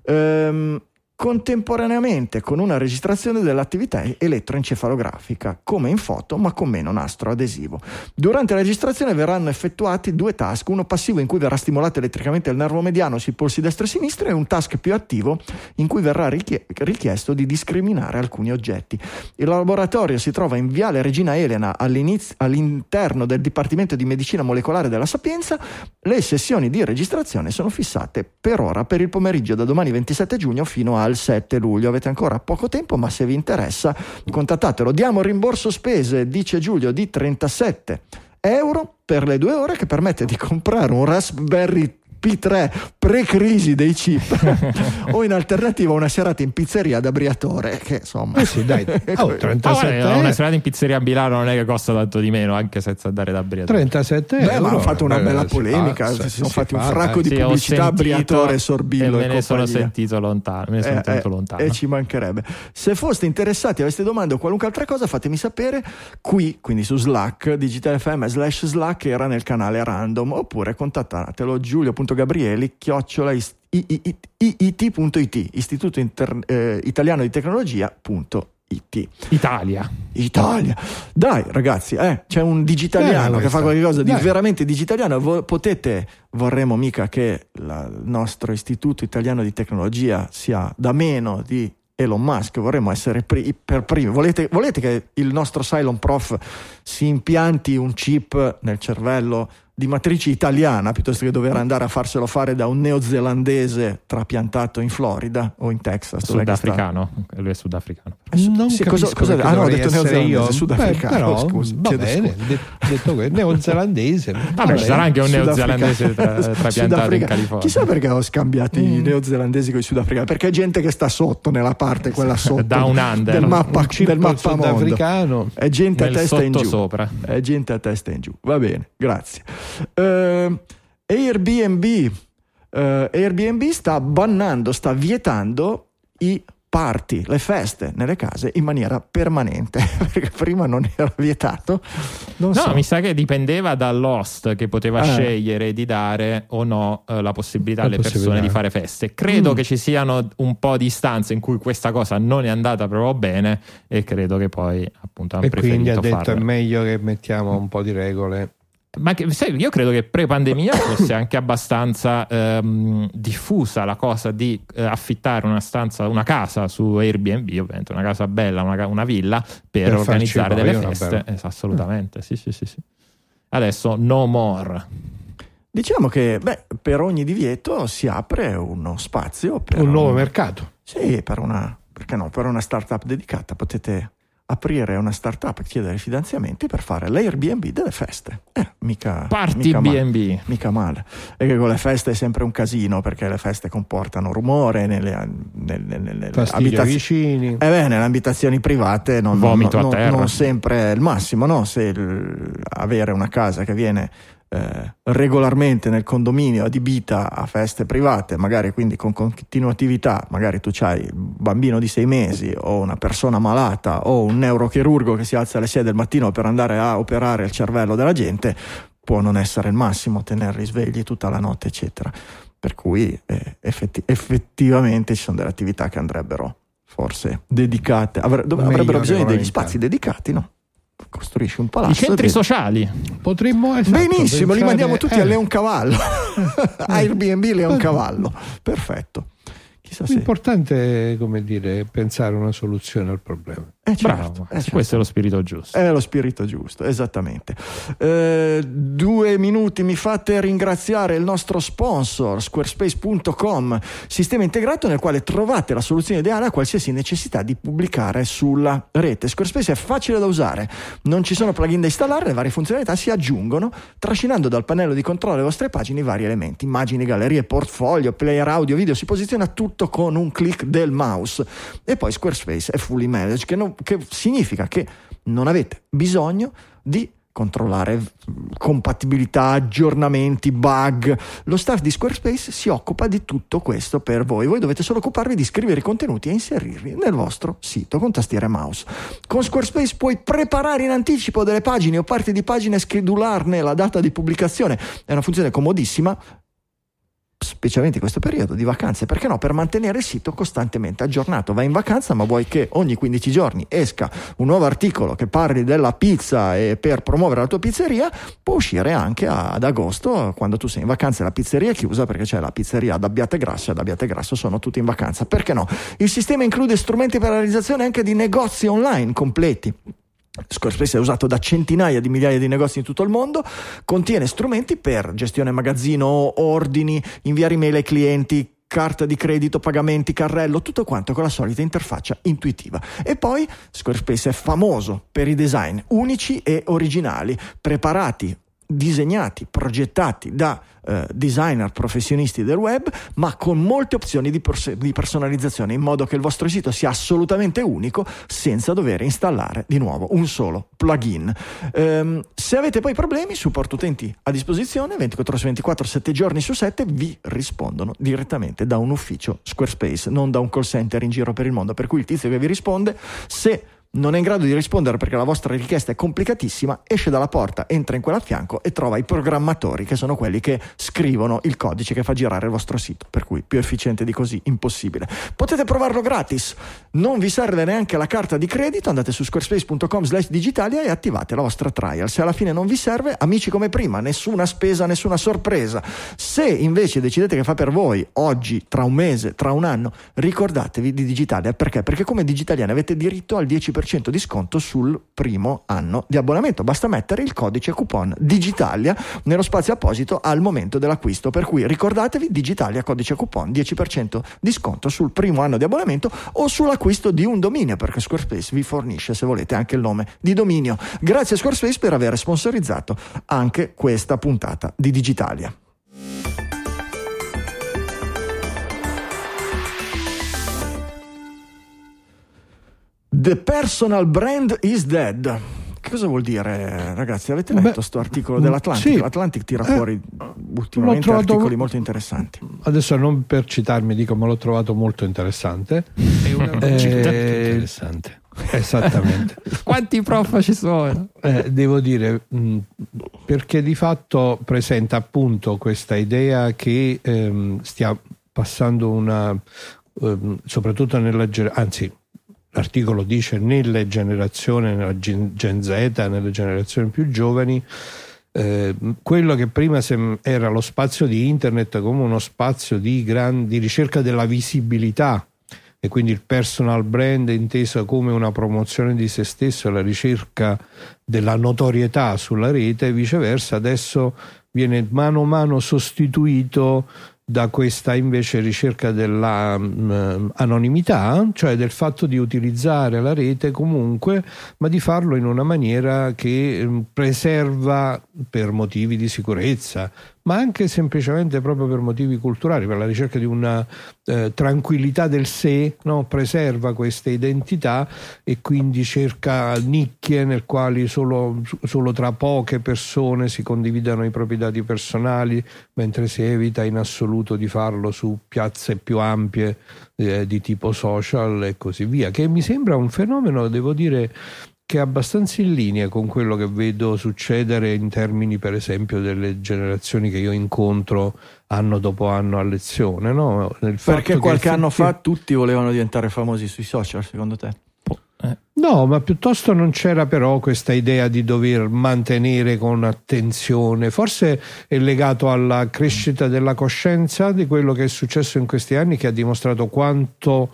Contemporaneamente con una registrazione dell'attività elettroencefalografica, come in foto ma con meno nastro adesivo. Durante la registrazione verranno effettuati 2 task, uno passivo in cui verrà stimolato elettricamente il nervo mediano sui polsi destro e sinistro, e un task più attivo in cui verrà richiesto di discriminare alcuni oggetti. Il laboratorio si trova in Viale Regina Elena all'interno del Dipartimento di Medicina Molecolare della Sapienza. Le sessioni di registrazione sono fissate per ora per il pomeriggio da domani 27 giugno fino al 7 luglio. Avete ancora poco tempo, ma se vi interessa contattatelo. Diamo il rimborso spese, dice Giulio, di 37 euro per le 2 ore, che permette di comprare un Raspberry P3 pre-crisi dei chip o in alternativa una serata in pizzeria da Briatore, che insomma sì, dai. 37 una serata in pizzeria a Milano non è che costa tanto di meno, anche senza andare da Briatore. 37 euro. Ma hanno fatto una bella polemica, si sono fatti un fracco di pubblicità a Briatore, Sorbillo e me ne sono sentito lontano, e ci mancherebbe. Se foste interessati, aveste domande o qualunque altra cosa, fatemi sapere qui, quindi su Slack, Digital FM /Slack, era nel canale random, oppure contattatelo giulio.gabrieli@iit.it, Istituto Italiano di Tecnologia.it. Italia. Dai ragazzi, c'è un digitaliano che fa qualcosa di veramente digitaliano. Vorremmo mica che il nostro Istituto Italiano di Tecnologia sia da meno di Elon Musk, vorremmo essere per primi. Volete che il nostro Cylon Prof si impianti un chip nel cervello di matrice italiana piuttosto che dover andare a farselo fare da un neozelandese trapiantato in Florida o in Texas? Sudafricano, lui è sudafricano. Non capisco ho detto neozelandese, sudafricano. Però, scusa, va bene, detto che neozelandese. Ci sarà anche un neozelandese trapiantato in California. Chissà perché ho scambiato i neozelandesi con i sudafricani, perché è gente che sta sotto, nella parte quella sotto Down under, del mappa sudafricano, è gente a testa in giù. Sopra. È gente a testa in giù. Va bene, grazie. Airbnb sta vietando i party, le feste nelle case in maniera permanente, perché prima non era vietato. Mi sa che dipendeva dall'host che poteva scegliere di dare o no la possibilità alle persone di fare feste. Credo che ci siano un po' di istanze in cui questa cosa non è andata proprio bene, e credo che poi appunto hanno preferito farlo. E quindi ha detto è meglio che mettiamo un po' di regole. Ma io credo che pre-pandemia fosse anche abbastanza diffusa la cosa di affittare una casa su Airbnb, ovviamente una casa bella, una villa per organizzare delle feste. Assolutamente, sì. Adesso no more. Diciamo che per ogni divieto si apre uno spazio per un nuovo mercato. Sì, per una startup dedicata potete aprire una startup, chiedere finanziamenti per fare l'Airbnb delle feste. Party B&B. Mica male. E che con le feste è sempre un casino, perché le feste comportano rumore nelle vicini. Nelle abitazioni private vomito a terra. Non sempre è il massimo, no? Se avere una casa che viene regolarmente nel condominio adibita a feste private, magari quindi con continuatività, magari tu c'hai un bambino di 6 mesi o una persona malata o un neurochirurgo che si alza alle 6 del mattino per andare a operare il cervello della gente, può non essere il massimo tenerli svegli tutta la notte, eccetera. Per cui effettivamente ci sono delle attività che andrebbero forse dedicate, avrebbero bisogno degli spazi dedicati, no? Costruisci un palazzo. I centri sociali potremmo benissimo, li mandiamo tutti a Leoncavallo. Airbnb Leoncavallo, perfetto. L'importante è pensare una soluzione al problema. Bravo, questo è lo spirito giusto. È lo spirito giusto, esattamente. 2 minuti mi fate ringraziare il nostro sponsor squarespace.com, sistema integrato nel quale trovate la soluzione ideale a qualsiasi necessità di pubblicare sulla rete. Squarespace è facile da usare, non ci sono plugin da installare, le varie funzionalità si aggiungono trascinando dal pannello di controllo delle vostre pagine i vari elementi, immagini, gallerie, portfolio, player audio, video, si posiziona tutto con un click del mouse. E poi Squarespace è fully managed, che significa che non avete bisogno di controllare compatibilità, aggiornamenti, bug. Lo staff di Squarespace si occupa di tutto questo per voi. Voi dovete solo occuparvi di scrivere i contenuti e inserirli nel vostro sito con tastiera e mouse. Con Squarespace puoi preparare in anticipo delle pagine o parti di pagine e schedularne la data di pubblicazione. È una funzione comodissima, specialmente in questo periodo di vacanze, perché no, per mantenere il sito costantemente aggiornato. Vai in vacanza, ma vuoi che ogni 15 giorni esca un nuovo articolo che parli della pizza e per promuovere la tua pizzeria, può uscire anche ad agosto, quando tu sei in vacanza e la pizzeria è chiusa, perché c'è la pizzeria ad Abbiategrasso, e ad Abbiategrasso sono tutti in vacanza. Perché no? Il sistema include strumenti per la realizzazione anche di negozi online completi. Squarespace è usato da centinaia di migliaia di negozi in tutto il mondo, contiene strumenti per gestione magazzino, ordini, inviare email ai clienti, carta di credito, pagamenti, carrello, tutto quanto con la solita interfaccia intuitiva. E poi Squarespace è famoso per i design unici e originali, preparati, disegnati, progettati da designer professionisti del web, ma con molte opzioni di personalizzazione, in modo che il vostro sito sia assolutamente unico senza dover installare di nuovo un solo plugin. Se avete poi problemi, supporto utenti a disposizione 24 ore su 24, 7 giorni su 7, vi rispondono direttamente da un ufficio Squarespace, non da un call center in giro per il mondo, per cui il tizio che vi risponde, se non è in grado di rispondere perché la vostra richiesta è complicatissima, esce dalla porta, entra in quella a fianco e trova i programmatori, che sono quelli che scrivono il codice che fa girare il vostro sito, per cui più efficiente di così impossibile. Potete provarlo gratis, non vi serve neanche la carta di credito, andate su squarespace.com/digitalia e attivate la vostra trial. Se alla fine non vi serve, amici come prima, nessuna spesa, nessuna sorpresa. Se invece decidete che fa per voi oggi, tra un mese, tra un anno, ricordatevi di Digitalia. Perché? Perché come Digitaliani avete diritto al 10% di sconto sul primo anno di abbonamento. Basta mettere il codice coupon Digitalia nello spazio apposito al momento dell'acquisto, per cui ricordatevi Digitalia, codice coupon 10% di sconto sul primo anno di abbonamento o sull'acquisto di un dominio, perché Squarespace vi fornisce, se volete, anche il nome di dominio. Grazie a Squarespace per aver sponsorizzato anche questa puntata di Digitalia. The personal brand is dead. Che cosa vuol dire, ragazzi? Avete letto sto articolo dell'Atlantic? Sì. L'Atlantic tira fuori ultimamente articoli molto interessanti. Adesso, non per citarmi, dico, ma l'ho trovato molto interessante. È una interessante. Esattamente. Quanti prof ci sono? Devo dire, perché di fatto presenta appunto questa idea che stia passando una soprattutto l'articolo dice nelle generazioni, nella Gen Z, nelle generazioni più giovani, quello che prima era lo spazio di internet come uno spazio di ricerca della visibilità, e quindi il personal brand inteso come una promozione di se stesso e la ricerca della notorietà sulla rete, viceversa adesso viene mano a mano sostituito da questa invece ricerca della anonimità, cioè del fatto di utilizzare la rete comunque, ma di farlo in una maniera che preserva, per motivi di sicurezza, ma anche semplicemente proprio per motivi culturali, per la ricerca di una tranquillità del sé, no? Preserva queste identità e quindi cerca nicchie nel quali solo tra poche persone si condividano i propri dati personali, mentre si evita in assoluto di farlo su piazze più ampie di tipo social e così via, che mi sembra un fenomeno, devo dire, che è abbastanza in linea con quello che vedo succedere in termini, per esempio, delle generazioni che io incontro anno dopo anno a lezione, no? Perché qualche anno fa tutti volevano diventare famosi sui social, secondo te? No, ma piuttosto non c'era però questa idea di dover mantenere con attenzione. Forse è legato alla crescita della coscienza di quello che è successo in questi anni, che ha dimostrato quanto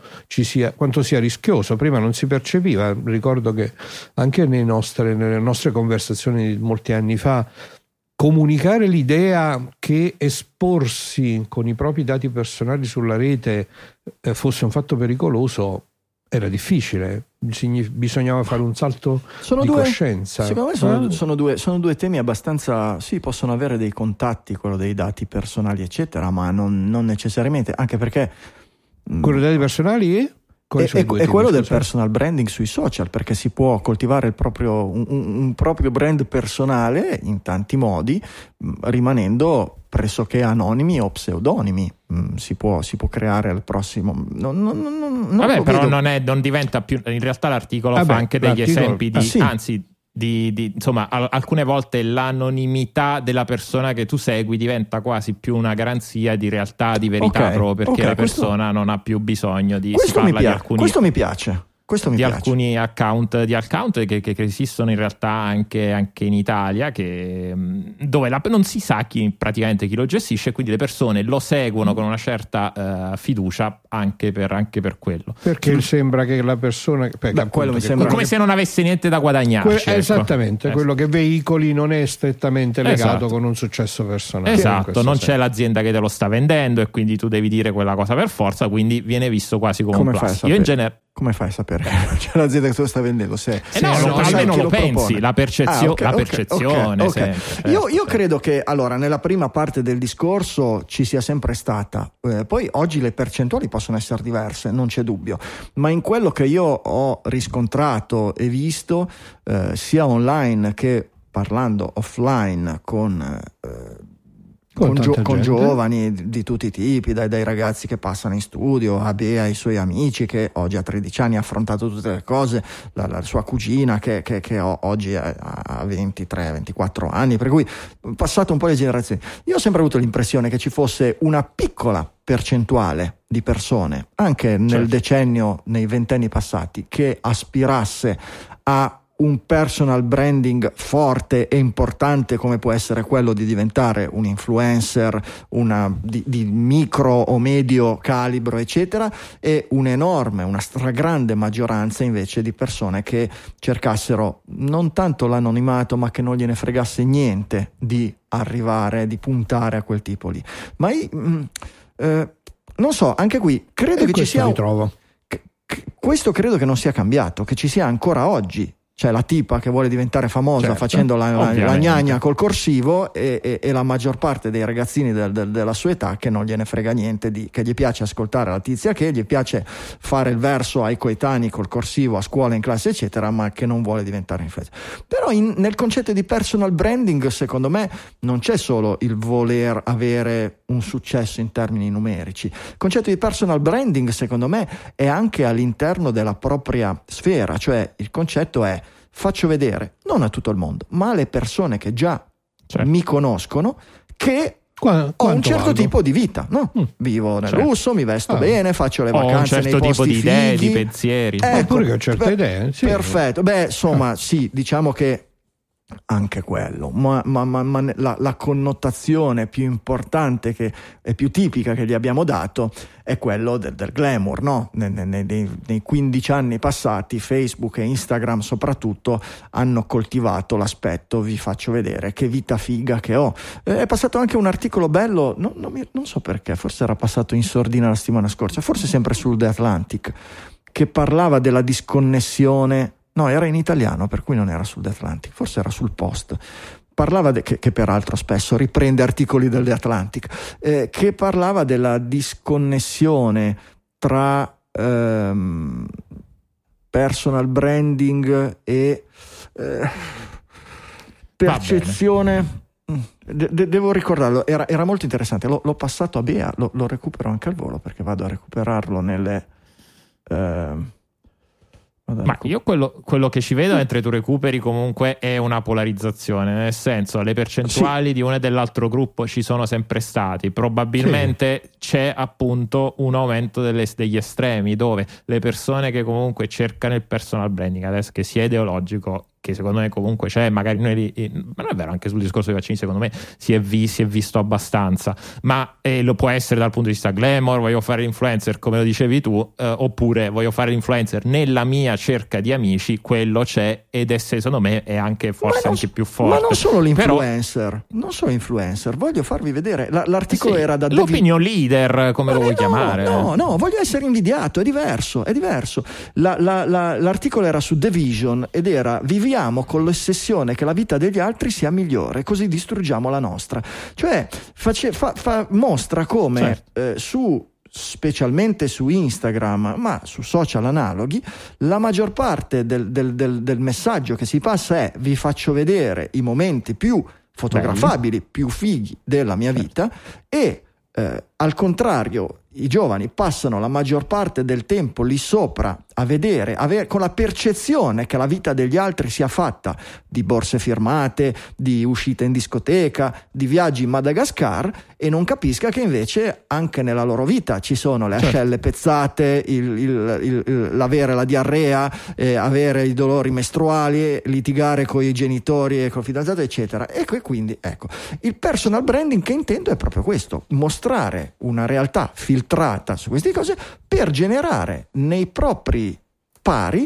sia rischioso. Prima non si percepiva. Ricordo che anche nelle nostre conversazioni di molti anni fa, comunicare l'idea che esporsi con i propri dati personali sulla rete fosse un fatto pericoloso era difficile, bisognava fare un salto coscienza. Secondo me sono due temi abbastanza, sì, possono avere dei contatti, quello dei dati personali eccetera, ma non necessariamente, anche perché quello dei dati personali è quello del personal branding sui social, perché si può coltivare un proprio brand personale in tanti modi, rimanendo pressoché anonimi o pseudonimi. Si può creare al prossimo. Vabbè, però non diventa più. In realtà l'articolo fa anche degli esempi di insomma, alcune volte l'anonimità della persona che tu segui diventa quasi più una garanzia di realtà, di verità, proprio perché la persona non ha più bisogno di. Questo mi piace. Alcuni account che esistono in realtà anche in Italia, dove non si sa praticamente chi lo gestisce, quindi le persone lo seguono con una certa fiducia anche per quello. Perché sembra che la persona quello mi sembra come se non avesse niente da guadagnarci. Esattamente, quello che veicoli non è strettamente legato con un successo personale. Esatto, non c'è l'azienda che te lo sta vendendo e quindi tu devi dire quella cosa per forza, quindi viene visto quasi come un plus. Io in genere. Come fai a sapere che non c'è l'azienda che te lo sta vendendo? Almeno lo pensi, la percezione. Okay. Io credo che nella prima parte del discorso ci sia sempre stata, poi oggi le percentuali possono essere diverse, non c'è dubbio, ma in quello che io ho riscontrato e visto sia online che parlando offline con giovani di tutti i tipi, dai ragazzi che passano in studio, ai suoi amici che oggi ha 13 anni, ha affrontato tutte le cose, la sua cugina che oggi ha 23-24 anni, per cui passato un po' le generazioni. Io ho sempre avuto l'impressione che ci fosse una piccola percentuale di persone, anche nel decennio, nei ventenni passati, che aspirasse a un personal branding forte e importante, come può essere quello di diventare un influencer, di micro o medio calibro eccetera, e una stragrande maggioranza invece di persone che cercassero non tanto l'anonimato, ma che non gliene fregasse niente di arrivare, di puntare a quel tipo lì. Ma non so, anche qui credo che ci sia questo credo che non sia cambiato, che ci sia ancora oggi C'è la tipa che vuole diventare famosa facendo la gnagna col corsivo e la maggior parte dei ragazzini della sua età che non gliene frega niente, che gli piace ascoltare la tizia, che gli piace fare il verso ai coetanei col corsivo a scuola, in classe eccetera, ma che non vuole diventare influencer. Però nel concetto di personal branding, secondo me, non c'è solo il voler avere un successo in termini numerici. Il concetto di personal branding, secondo me, è anche all'interno della propria sfera, cioè il concetto è: faccio vedere non a tutto il mondo, ma alle persone che già mi conoscono, che ho un certo tipo di vita, no? Vivo nel lusso, mi vesto bene, faccio le vacanze nei posti fighi. Ho un certo tipo di idee, di pensieri. Pure che ho certe idee. Sì. Perfetto. Beh, insomma, sì, diciamo che anche quello, ma la connotazione più importante e più tipica che gli abbiamo dato è quello del glamour, no? Nei 15 anni passati Facebook e Instagram soprattutto hanno coltivato l'aspetto: vi faccio vedere che vita figa che ho. È passato anche un articolo bello, non so perché, forse era passato in sordina la settimana scorsa, forse sempre sul The Atlantic, che parlava della disconnessione. No, era in italiano, per cui non era sul The Atlantic, forse era sul Post. Parlava che peraltro spesso riprende articoli del The Atlantic, che parlava della disconnessione tra personal branding e percezione. Devo ricordarlo, era molto interessante. L'ho passato a Bea, lo recupero anche al volo, perché vado a recuperarlo nelle. Ma io quello che ci vedo mentre tu recuperi comunque è una polarizzazione, nel senso, le percentuali di uno e dell'altro gruppo ci sono sempre stati, probabilmente c'è appunto un aumento degli estremi, dove le persone che comunque cercano il personal branding, adesso che sia ideologico, che secondo me comunque c'è, magari ma non è vero, anche sul discorso dei vaccini secondo me si è visto abbastanza, ma lo può essere dal punto di vista glamour, voglio fare l'influencer come lo dicevi tu, oppure voglio fare l'influencer nella mia cerca di amici, quello c'è, ed è, secondo me è anche forse anche più forte. Ma non solo l'influencer, non solo influencer, voglio farvi vedere, l'articolo era da l'opinion leader, come lo vuoi chiamare. No, voglio essere invidiato, è diverso. L'articolo era su The Vision ed era: viviamo con l'ossessione che la vita degli altri sia migliore, così distruggiamo la nostra. Cioè mostra come specialmente su Instagram, ma su social analoghi, la maggior parte del messaggio che si passa è: vi faccio vedere i momenti più fotografabili, più fighi della mia vita, e al contrario i giovani passano la maggior parte del tempo lì sopra a vedere, con la percezione che la vita degli altri sia fatta di borse firmate, di uscite in discoteca, di viaggi in Madagascar, e non capisca che invece anche nella loro vita ci sono le ascelle pezzate, l'avere la diarrea, avere i dolori mestruali, litigare con i genitori e col fidanzato, eccetera. E quindi ecco, il personal branding che intendo è proprio questo: mostrare una realtà filtrata su queste cose per generare nei propri pari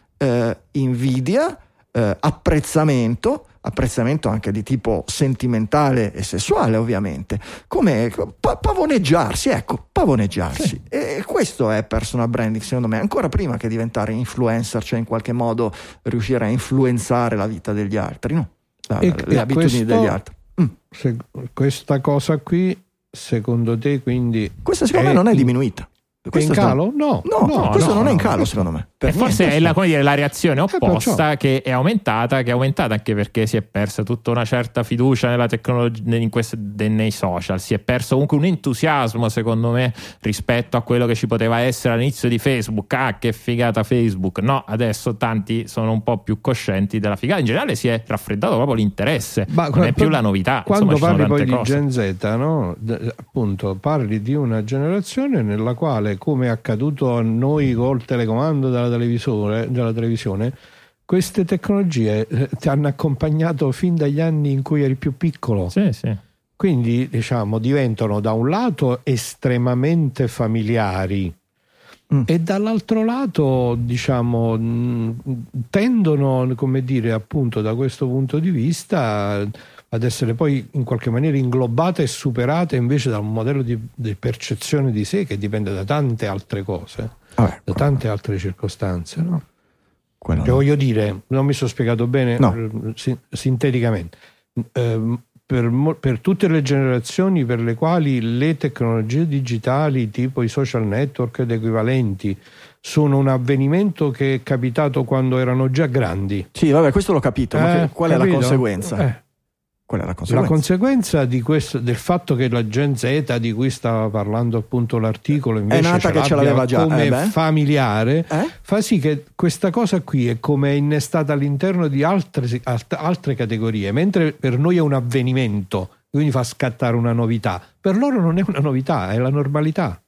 invidia, apprezzamento anche di tipo sentimentale e sessuale, ovviamente, come pavoneggiarsi. Sì. E questo è personal branding, secondo me, ancora prima che diventare influencer, cioè in qualche modo riuscire a influenzare la vita degli altri, no? Le abitudini degli altri. Questa cosa qui, secondo te, quindi questa secondo me non è diminuita. È in calo? No, questo non è in calo, secondo me. Forse è la reazione opposta che è aumentata anche perché si è persa tutta una certa fiducia nella tecnologia, nei social, si è perso comunque un entusiasmo, secondo me, rispetto a quello che ci poteva essere all'inizio di Facebook. Che figata Facebook! No, adesso tanti sono un po' più coscienti della figata. In generale si è raffreddato proprio l'interesse, non è più la novità. Quando parli poi di Gen Z, no? Appunto, parli di una generazione nella quale, come è accaduto a noi col telecomando della televisione, queste tecnologie ti hanno accompagnato fin dagli anni in cui eri più piccolo. Sì. Quindi, diciamo, diventano da un lato estremamente familiari e dall'altro lato, diciamo, tendono, come dire, appunto, da questo punto di vista ad essere poi in qualche maniera inglobate e superate invece da un modello di percezione di sé che dipende da tante altre cose, da tante altre circostanze, no? Voglio dire, non mi sono spiegato bene, no. Sinteticamente. Per tutte le generazioni per le quali le tecnologie digitali tipo i social network ed equivalenti sono un avvenimento che è capitato quando erano già grandi. Sì, vabbè, questo l'ho capito, ma qual è la conseguenza? Qual è la conseguenza? La conseguenza di questo, del fatto che la Gen Z, di cui stava parlando appunto l'articolo, invece è nata che ce l'aveva già come familiare, fa sì che questa cosa qui è come innestata all'interno di altre categorie, mentre per noi è un avvenimento, quindi fa scattare una novità. Per loro non è una novità, è la normalità.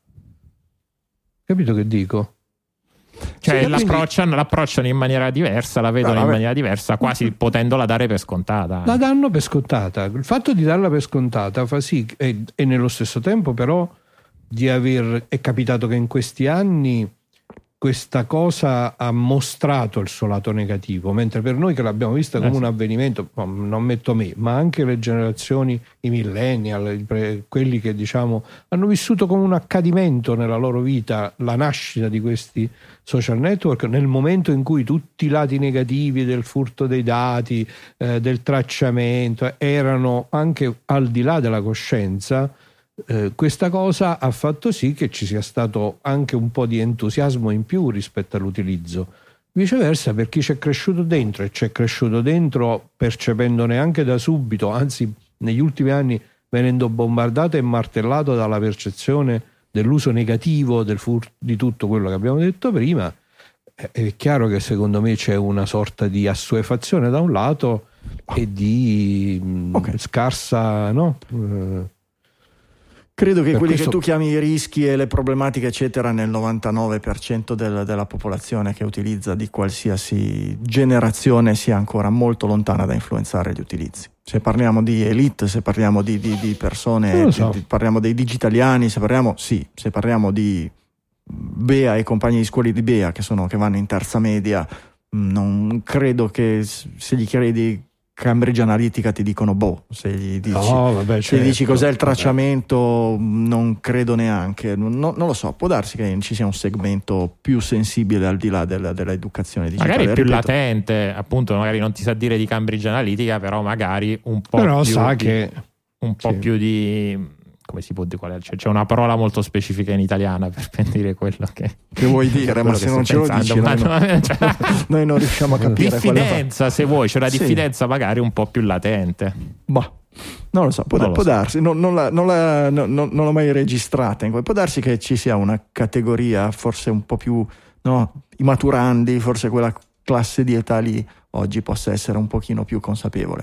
Capito che dico? Cioè l'approcciano in maniera diversa, la vedono in maniera diversa, quasi potendola dare per scontata. La danno per scontata. Il fatto di darla per scontata fa sì, e nello stesso tempo però è capitato che in questi anni questa cosa ha mostrato il suo lato negativo, mentre per noi che l'abbiamo vista come un avvenimento, non metto me, ma anche le generazioni, i millennial, quelli che diciamo hanno vissuto come un accadimento nella loro vita la nascita di questi social network, nel momento in cui tutti i lati negativi del furto dei dati, del tracciamento erano anche al di là della coscienza. Questa cosa ha fatto sì che ci sia stato anche un po' di entusiasmo in più rispetto all'utilizzo. Viceversa, per chi c'è cresciuto dentro e c'è cresciuto dentro percependone anche da subito, anzi negli ultimi anni venendo bombardato e martellato dalla percezione dell'uso negativo di tutto quello che abbiamo detto prima, è chiaro che secondo me c'è una sorta di assuefazione da un lato e di scarsa, no? Credo che quelli che tu chiami i rischi e le problematiche eccetera nel 99% della popolazione che utilizza di qualsiasi generazione sia ancora molto lontana da influenzare gli utilizzi. Se parliamo di elite, se parliamo di persone, parliamo dei digitaliani, se parliamo di Bea e compagni di scuole di Bea che vanno in terza media, non credo che se gli chiedi Cambridge Analytica ti dicono se gli dici, se gli dici cos'è il tracciamento, non credo neanche, non lo so, può darsi che ci sia un segmento più sensibile al di là dell'educazione digitale, magari più latente, appunto, magari non ti sa dire di Cambridge Analytica, però magari un po' però più sa più di, come si può dire, c'è una parola molto specifica in italiana per dire quello che vuoi dire, ma se non ce lo dici noi non riusciamo a capire. Diffidenza, se vuoi, c'è una diffidenza magari un po' più latente. Non lo so, può darsi, non l'ho mai registrata, può darsi che ci sia una categoria forse un po' più, i maturandi, forse quella classe di età lì oggi possa essere un pochino più consapevole.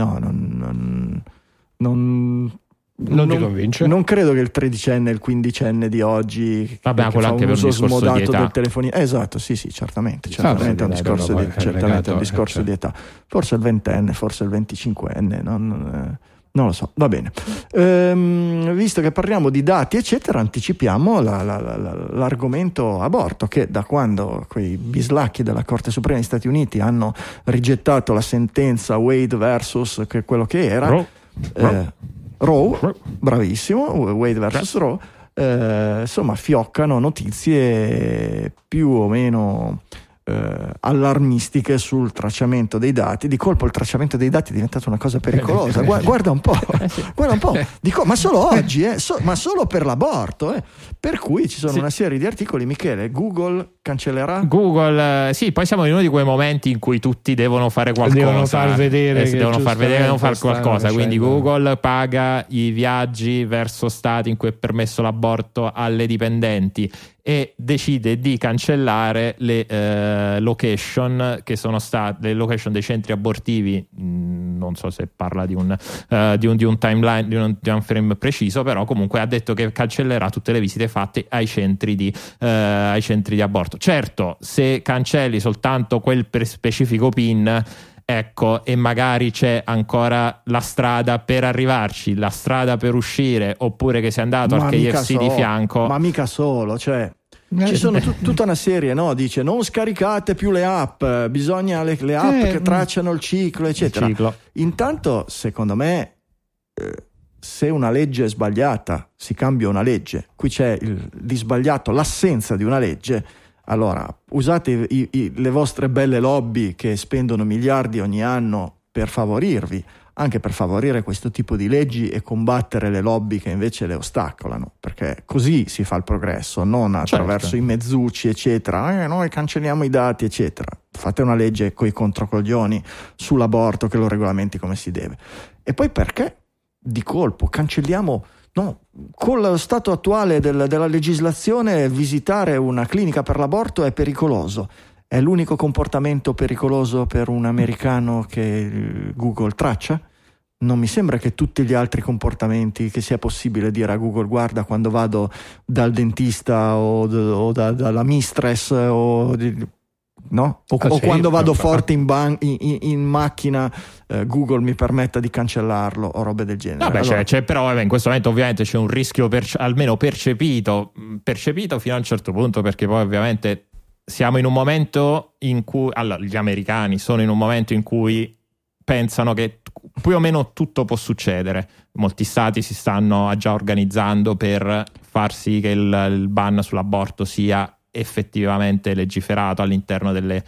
Non ti convince? Non credo che il 13enne e il 15enne di oggi che fa un uso smodato del telefonino. Esatto, sì, certamente è un discorso di età. Forse il 20enne, forse il 25enne, non lo so, va bene. Visto che parliamo di dati eccetera, anticipiamo l'argomento aborto, che da quando quei bislacchi della Corte Suprema degli Stati Uniti hanno rigettato la sentenza Wade versus che quello che era Roe, bravissimo, Wade versus Roe, insomma fioccano notizie più o meno allarmistiche sul tracciamento dei dati. Di colpo il tracciamento dei dati è diventato una cosa pericolosa. Guarda un po', dico, ma solo oggi, ma solo per l'aborto, per cui ci sono una serie di articoli. Michele, Google cancellerà? Sì, poi siamo in uno di quei momenti in cui tutti devono fare qualcosa, devono far vedere qualcosa, quindi Google paga i viaggi verso stati in cui è permesso l'aborto alle dipendenti e decide di cancellare le location che sono state le location dei centri abortivi. Non so se parla di un timeline, di un frame preciso, però comunque ha detto che cancellerà tutte le visite fatte ai centri di aborto. Certo, se cancelli soltanto quel specifico PIN, ecco, e magari c'è ancora la strada per arrivarci, la strada per uscire, oppure che sei andato al KFC di fianco. Ma mica solo, cioè ci sono tutta una serie, dice non scaricate più le app, bisogna le app che tracciano il ciclo eccetera. Intanto secondo me se una legge è sbagliata si cambia una legge. Qui c'è di sbagliato l'assenza di una legge. Allora, usate le vostre belle lobby che spendono miliardi ogni anno per favorirvi, anche per favorire questo tipo di leggi e combattere le lobby che invece le ostacolano, perché così si fa il progresso, non attraverso i mezzucci eccetera, noi cancelliamo i dati eccetera. Fate una legge coi controcoglioni sull'aborto che lo regolamenti come si deve. E poi perché di colpo cancelliamo? No, con lo stato attuale della legislazione visitare una clinica per l'aborto è pericoloso. È l'unico comportamento pericoloso per un americano che Google traccia? Non mi sembra che tutti gli altri comportamenti che sia possibile dire a Google guarda quando vado dal dentista o dalla mistress o quando vado forte in macchina Google mi permetta di cancellarlo o robe del genere. Vabbè, allora, però in questo momento ovviamente c'è un rischio almeno percepito fino a un certo punto, perché poi ovviamente siamo in un momento in cui gli americani sono in un momento in cui pensano che più o meno tutto può succedere. Molti stati si stanno già organizzando per far sì che il ban sull'aborto sia effettivamente legiferato all'interno delle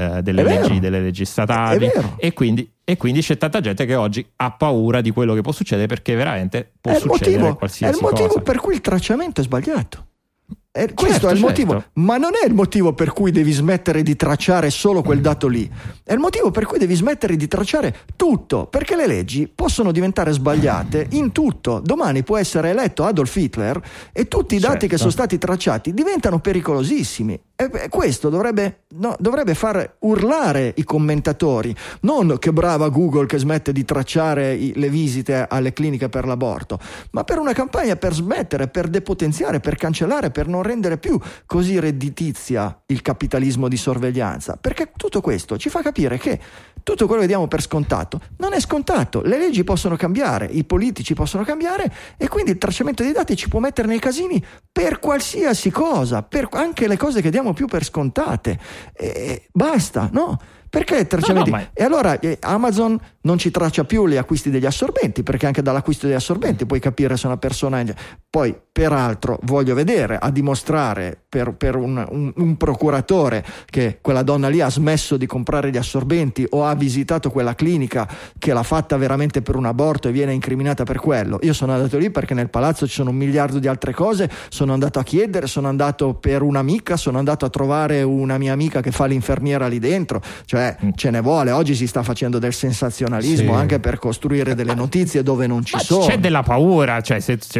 leggi statali, e quindi c'è tanta gente che oggi ha paura di quello che può succedere, perché veramente può succedere qualsiasi cosa. È il motivo per cui il tracciamento è sbagliato. Questo è il motivo, ma non è il motivo per cui devi smettere di tracciare solo quel dato lì, è il motivo per cui devi smettere di tracciare tutto, perché le leggi possono diventare sbagliate in tutto. Domani può essere eletto Adolf Hitler e tutti i dati che sono stati tracciati diventano pericolosissimi, e questo dovrebbe far urlare i commentatori, non che brava Google che smette di tracciare le visite alle cliniche per l'aborto, ma per una campagna per smettere, per depotenziare, per cancellare, per non rendere più così redditizia il capitalismo di sorveglianza, perché tutto questo ci fa capire che tutto quello che diamo per scontato non è scontato. Le leggi possono cambiare, i politici possono cambiare, e quindi il tracciamento dei dati ci può mettere nei casini per qualsiasi cosa, per anche le cose che diamo più per scontate, e basta, no? Perché tracciamenti? E allora Amazon non ci traccia più gli acquisti degli assorbenti, perché anche dall'acquisto degli assorbenti puoi capire se una persona poi, peraltro, voglio vedere a dimostrare per un procuratore che quella donna lì ha smesso di comprare gli assorbenti o ha visitato quella clinica che l'ha fatta veramente per un aborto e viene incriminata per quello. Io sono andato lì perché nel palazzo ci sono 1 miliardo di altre cose, sono andato a chiedere, sono andato per un'amica, sono andato a trovare una mia amica che fa l'infermiera lì dentro, cioè ce ne vuole. Oggi si sta facendo del sensazionalismo anche per costruire delle notizie dove non ci sono. C'è della paura, cioè se tu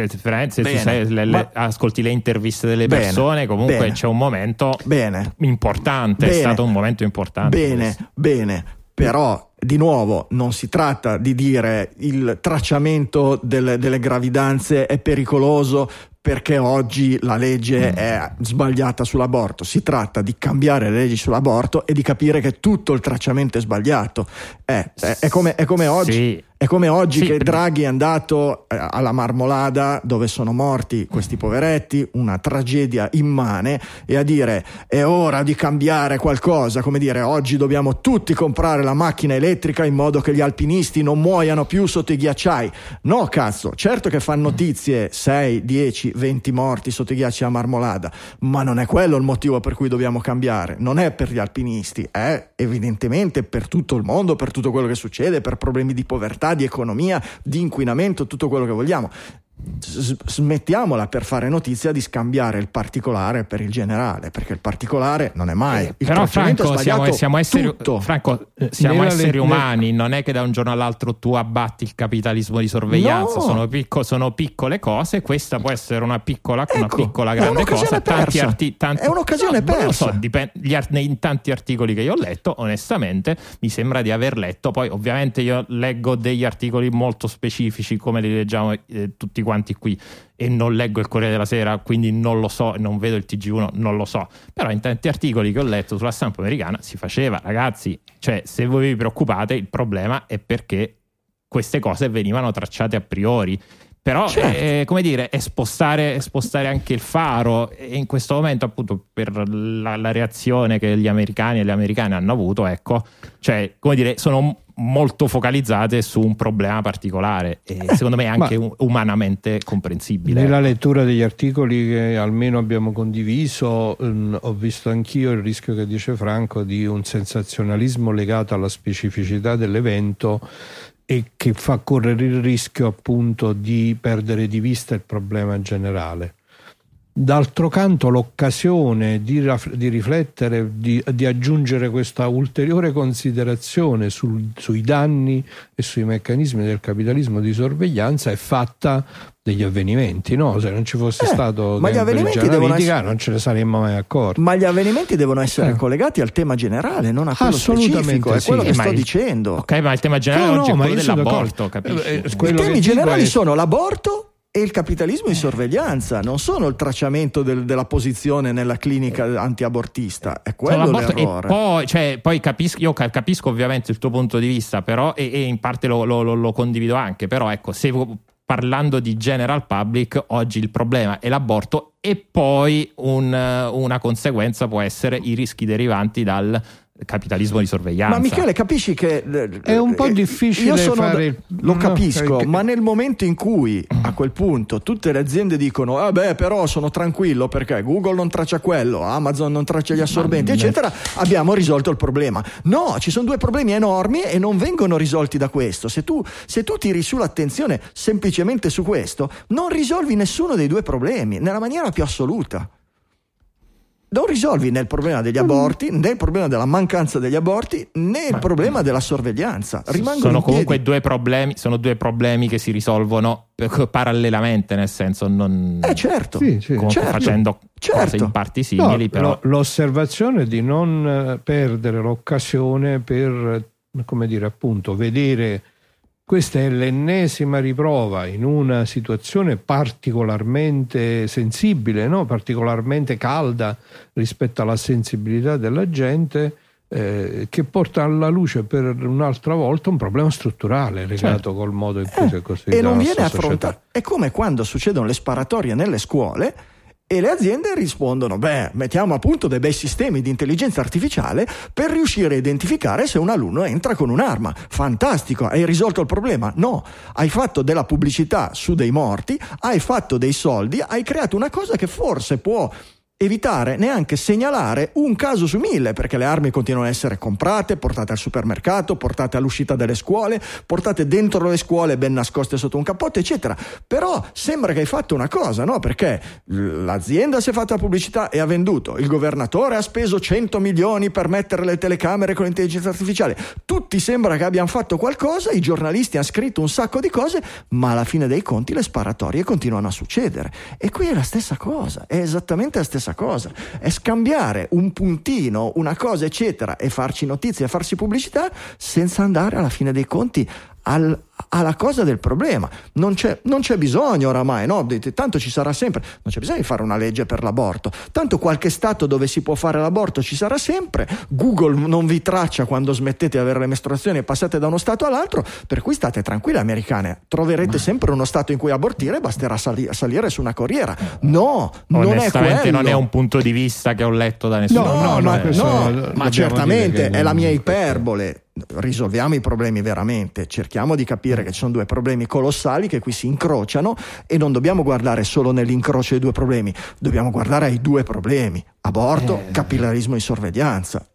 ascolti le interviste delle persone, comunque c'è un momento importante, è stato un momento importante. Bene, però di nuovo non si tratta di dire il tracciamento delle gravidanze è pericoloso perché oggi la legge è sbagliata sull'aborto. Si tratta di cambiare le leggi sull'aborto e di capire che tutto il tracciamento è sbagliato. È come oggi. È come oggi che Draghi è andato alla Marmolada, dove sono morti questi poveretti, una tragedia immane, e a dire è ora di cambiare qualcosa, come dire oggi dobbiamo tutti comprare la macchina elettrica in modo che gli alpinisti non muoiano più sotto i ghiacciai. No, cazzo, certo che fa notizie 6, 10, 20 morti sotto i ghiacci a Marmolada, ma non è quello il motivo per cui dobbiamo cambiare. Non è per gli alpinisti, è evidentemente per tutto il mondo, per tutto quello che succede, per problemi di povertà, di economia, di inquinamento, tutto quello che vogliamo. Smettiamola per fare notizia di scambiare il particolare per il generale, perché il particolare non è mai il però Franco, siamo esseri umani, non è che da un giorno all'altro tu abbatti il capitalismo di sorveglianza. Sono piccole cose, questa può essere una piccola grande cosa. È un'occasione persa. In tanti articoli che io ho letto, onestamente mi sembra di aver letto, poi ovviamente io leggo degli articoli molto specifici come li leggiamo tutti quanti qui, e non leggo il Corriere della Sera, quindi non lo so, non vedo il TG1, non lo so, però in tanti articoli che ho letto sulla stampa americana si faceva, ragazzi, cioè se voi vi preoccupate il problema è perché queste cose venivano tracciate a priori. Però come dire, è spostare anche il faro, e in questo momento appunto per la reazione che gli americani e le americane hanno avuto, ecco, cioè come dire, sono molto focalizzate su un problema particolare e secondo me anche umanamente comprensibile. Nella lettura degli articoli che almeno abbiamo condiviso ho visto anch'io il rischio che dice Franco di un sensazionalismo legato alla specificità dell'evento e che fa correre il rischio appunto di perdere di vista il problema generale. D'altro canto l'occasione di riflettere, di aggiungere questa ulteriore considerazione sui danni e sui meccanismi del capitalismo di sorveglianza è fatta degli avvenimenti, no? Se non ci fosse stato Cambridge Analytica non ce ne saremmo mai accorti. Ma gli avvenimenti devono essere collegati al tema generale, non a quello specifico, è quello che sto dicendo. Ok, ma il tema generale oggi è quello dell'aborto, capisci? I temi generali sono l'aborto e il capitalismo di sorveglianza, non sono il tracciamento della posizione nella clinica antiabortista, è quello l'errore. Poi capisco ovviamente il tuo punto di vista, però e in parte lo condivido anche, però ecco, se parlando di general public oggi il problema è l'aborto e poi una conseguenza può essere i rischi derivanti dal capitalismo di sorveglianza. Ma Michele, capisci che è un po' difficile lo capisco, ma nel momento in cui a quel punto tutte le aziende dicono però sono tranquillo perché Google non traccia quello, Amazon non traccia gli assorbenti, eccetera, abbiamo risolto il problema. No, ci sono due problemi enormi e non vengono risolti da questo. Se tu tiri su l'attenzione semplicemente su questo, non risolvi nessuno dei due problemi nella maniera più assoluta. Non risolvi né il problema degli aborti, né il problema della mancanza degli aborti, né il problema della sorveglianza. Sono comunque due problemi che si risolvono parallelamente, nel senso non certo, facendo cose in parti simili. Però l'osservazione di non perdere l'occasione per, come dire, appunto, vedere. Questa è l'ennesima riprova in una situazione particolarmente sensibile, no? Particolarmente calda rispetto alla sensibilità della gente, che porta alla luce per un'altra volta un problema strutturale legato col modo in cui si è costruita e non viene affrontato. Società. È come quando succedono le sparatorie nelle scuole e le aziende rispondono: mettiamo a punto dei bei sistemi di intelligenza artificiale per riuscire a identificare se un alunno entra con un'arma. Fantastico, hai risolto il problema? No, hai fatto della pubblicità su dei morti, hai fatto dei soldi, hai creato una cosa che forse può evitare neanche segnalare un caso su 1000, perché le armi continuano a essere comprate, portate al supermercato, portate all'uscita delle scuole, portate dentro le scuole ben nascoste sotto un cappotto, eccetera. Però sembra che hai fatto una cosa, no? Perché l'azienda si è fatta pubblicità e ha venduto, il governatore ha speso 100 milioni per mettere le telecamere con l'intelligenza artificiale, tutti sembra che abbiano fatto qualcosa, i giornalisti hanno scritto un sacco di cose, ma alla fine dei conti le sparatorie continuano a succedere. E qui è la stessa cosa, è esattamente la stessa cosa, è scambiare un puntino, una cosa eccetera e farci notizie e farsi pubblicità senza andare alla fine dei conti alla cosa del problema. Non c'è bisogno oramai, no? Tanto ci sarà sempre, non c'è bisogno di fare una legge per l'aborto, tanto qualche stato dove si può fare l'aborto ci sarà sempre, Google non vi traccia quando smettete di avere le mestruazioni e passate da uno stato all'altro, per cui state tranquille americane, troverete sempre uno stato in cui abortire, basterà salire su una corriera. No, non è quello. Non è un punto di vista che ho letto da nessuno. Ma certamente è la mia iperbole. Risolviamo i problemi veramente, cerchiamo di capire che ci sono due problemi colossali che qui si incrociano e non dobbiamo guardare solo nell'incrocio dei due problemi, dobbiamo guardare ai due problemi: aborto, capitalismo di sorveglianza.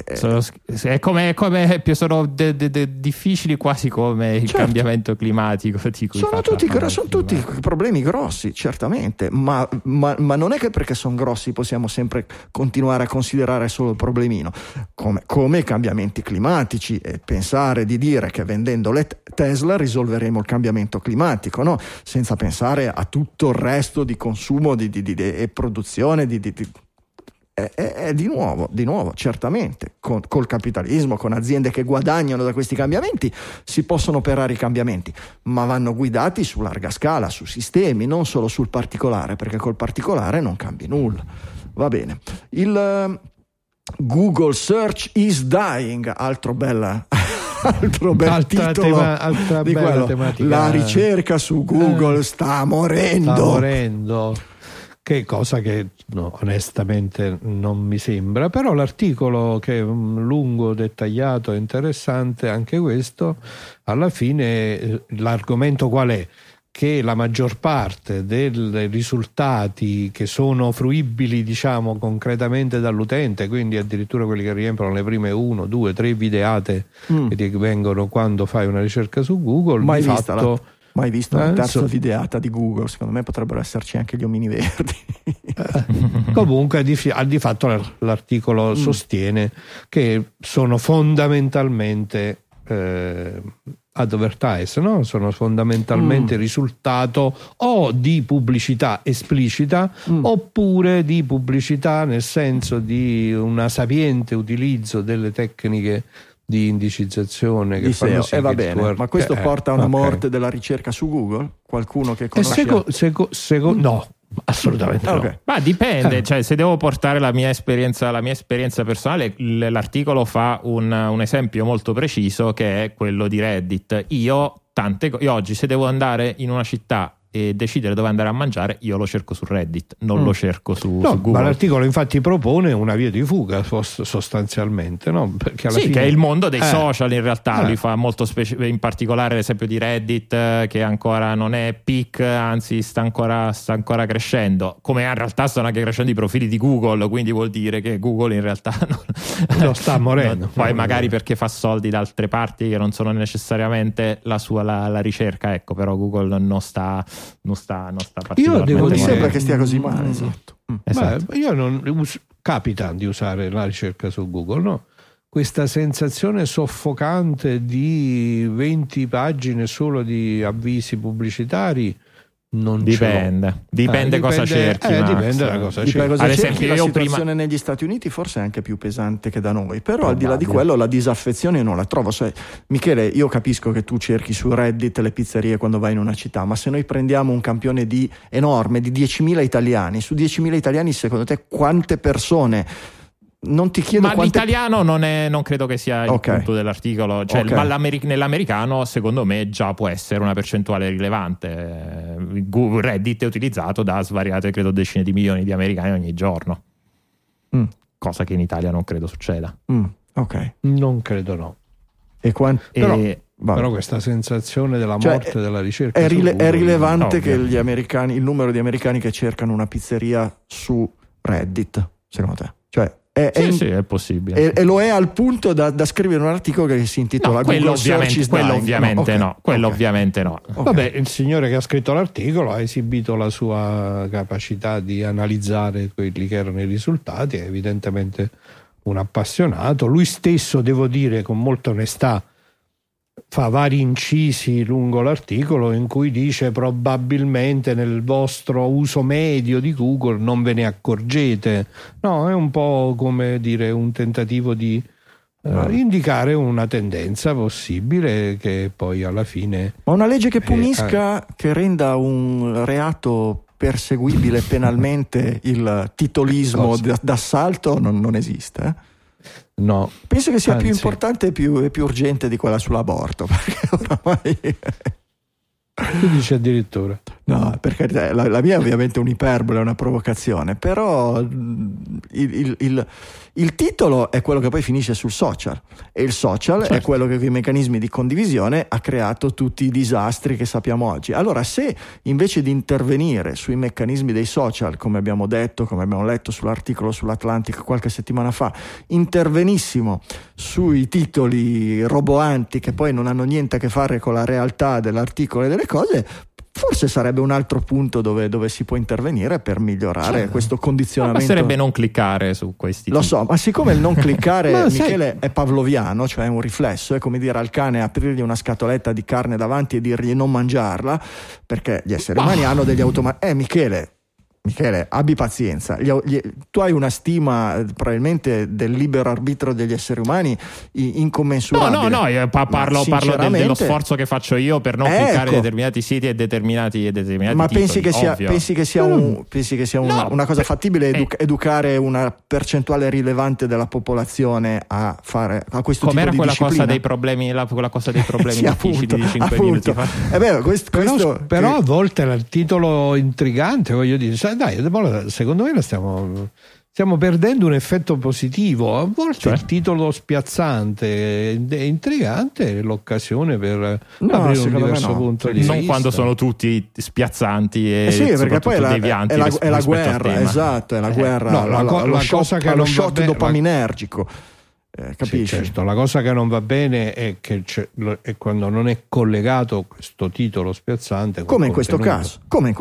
Sono difficili quasi come il cambiamento climatico. Sono tutti problemi grossi, certamente, ma non è che perché sono grossi possiamo sempre continuare a considerare solo il problemino, come i cambiamenti climatici, e pensare di dire che vendendo le Tesla risolveremo il cambiamento climatico, no? Senza pensare a tutto il resto di consumo e produzione di nuovo, certamente col capitalismo, con aziende che guadagnano da questi cambiamenti, si possono operare i cambiamenti, ma vanno guidati su larga scala, su sistemi, non solo sul particolare, perché col particolare non cambi nulla. Va bene. Il Google Search is dying, altro bel titolo di quello. La ricerca su Google sta morendo. che cosa che onestamente non mi sembra, però l'articolo, che è lungo, dettagliato e interessante anche questo, alla fine l'argomento qual è? Che la maggior parte dei risultati che sono fruibili, diciamo, concretamente dall'utente, quindi addirittura quelli che riempiono le prime 1, 2, 3 videate che vengono quando fai una ricerca su Google, mai visto la terza videata di Google? Secondo me potrebbero esserci anche gli omini verdi. Comunque di fatto l'articolo sostiene che sono fondamentalmente advertise, no? Sono fondamentalmente risultato o di pubblicità esplicita oppure di pubblicità nel senso di un sapiente utilizzo delle tecniche di indicizzazione che fanno sì, va bene, ma questo porta a una morte della ricerca su Google? Qualcuno che conosce? No, assolutamente no. Ma dipende, cioè se devo portare la mia esperienza personale, l'articolo fa un esempio molto preciso, che è quello di Reddit. Io oggi, se devo andare in una città e decidere dove andare a mangiare, io lo cerco su Reddit, non lo cerco su Google. Ma l'articolo infatti propone una via di fuga sostanzialmente, no? Perché alla fine... che è il mondo dei social in realtà. Lui fa molto in particolare l'esempio di Reddit, che ancora non è peak, anzi sta ancora crescendo, come in realtà stanno anche crescendo i profili di Google, quindi vuol dire che Google in realtà non sta morendo. Poi magari perché fa soldi da altre parti che non sono necessariamente la ricerca, ecco, però Google non sta particolarmente. Non sembra che stia così male. Esatto. Io capita di usare la ricerca su Google, no? Questa sensazione soffocante di 20 pagine solo di avvisi pubblicitari non dipende cosa cerchi. Dipende da cosa cerchi. Ad esempio, la situazione negli Stati Uniti forse è anche più pesante che da noi, però al di là di quello la disaffezione non la trovo. Michele, io capisco che tu cerchi su Reddit le pizzerie quando vai in una città, ma se noi prendiamo un campione enorme di 10.000 italiani, su 10.000 italiani secondo te quante persone? Non ti chiedo ma l'italiano non credo che sia il punto dell'articolo, cioè nell'americano secondo me già può essere una percentuale rilevante. Reddit è utilizzato da svariate, credo, decine di milioni di americani ogni giorno, cosa che in Italia non credo succeda. Non credo, no. Però questa sensazione della morte della ricerca è rilevante che il numero di americani che cercano una pizzeria su Reddit, secondo te? Cioè sì, è possibile. E lo è al punto da scrivere un articolo che si intitola quello ovviamente no. Vabbè, il signore che ha scritto l'articolo ha esibito la sua capacità di analizzare quelli che erano i risultati, è evidentemente un appassionato. Lui stesso, devo dire con molta onestà, fa vari incisi lungo l'articolo in cui dice probabilmente nel vostro uso medio di Google non ve ne accorgete. No, è un po' come dire un tentativo di indicare una tendenza possibile che poi alla fine... Ma una legge che punisca, che renda un reato perseguibile penalmente il titolismo d'assalto non esiste, No, penso che sia più importante e più urgente di quella sull'aborto, perché oramai tu dici addirittura. No, perché la mia è ovviamente un'iperbole, è una provocazione, però il titolo è quello che poi finisce sul social, e il social è quello che con i meccanismi di condivisione ha creato tutti i disastri che sappiamo oggi. Allora, se invece di intervenire sui meccanismi dei social, come abbiamo detto, come abbiamo letto sull'articolo sull'Atlantic qualche settimana fa, intervenissimo sui titoli roboanti che poi non hanno niente a che fare con la realtà dell'articolo e delle cose, forse sarebbe un altro punto dove si può intervenire per migliorare questo condizionamento. Ma basterebbe non cliccare su questi. Lo so, ma siccome il non cliccare Michele è pavloviano, cioè è un riflesso, è come dire al cane aprirgli una scatoletta di carne davanti e dirgli non mangiarla, perché gli esseri umani hanno degli automati. Michele, abbi pazienza. Tu hai una stima probabilmente del libero arbitrio degli esseri umani incommensurabile. No, io parlo dello sforzo che faccio io per non cliccare determinati siti e determinati ma titoli. Pensi che sia una cosa fattibile educare una percentuale rilevante della popolazione a fare a questo tipo di disciplina? Com'era quella cosa dei problemi difficili di 5 minuti fa? Però a volte il titolo intrigante, voglio dire, dai, secondo me stiamo perdendo un effetto positivo. A volte il titolo spiazzante e intrigante è l'occasione per aprire un diverso punto di vista. Non quando sono tutti spiazzanti e sì, perché poi devianti è la guerra, esatto, è la guerra, lo shot dopaminergico. Capisci? Sì, certo, la cosa che non va bene è che è quando non è collegato questo titolo spiazzante come in questo caso,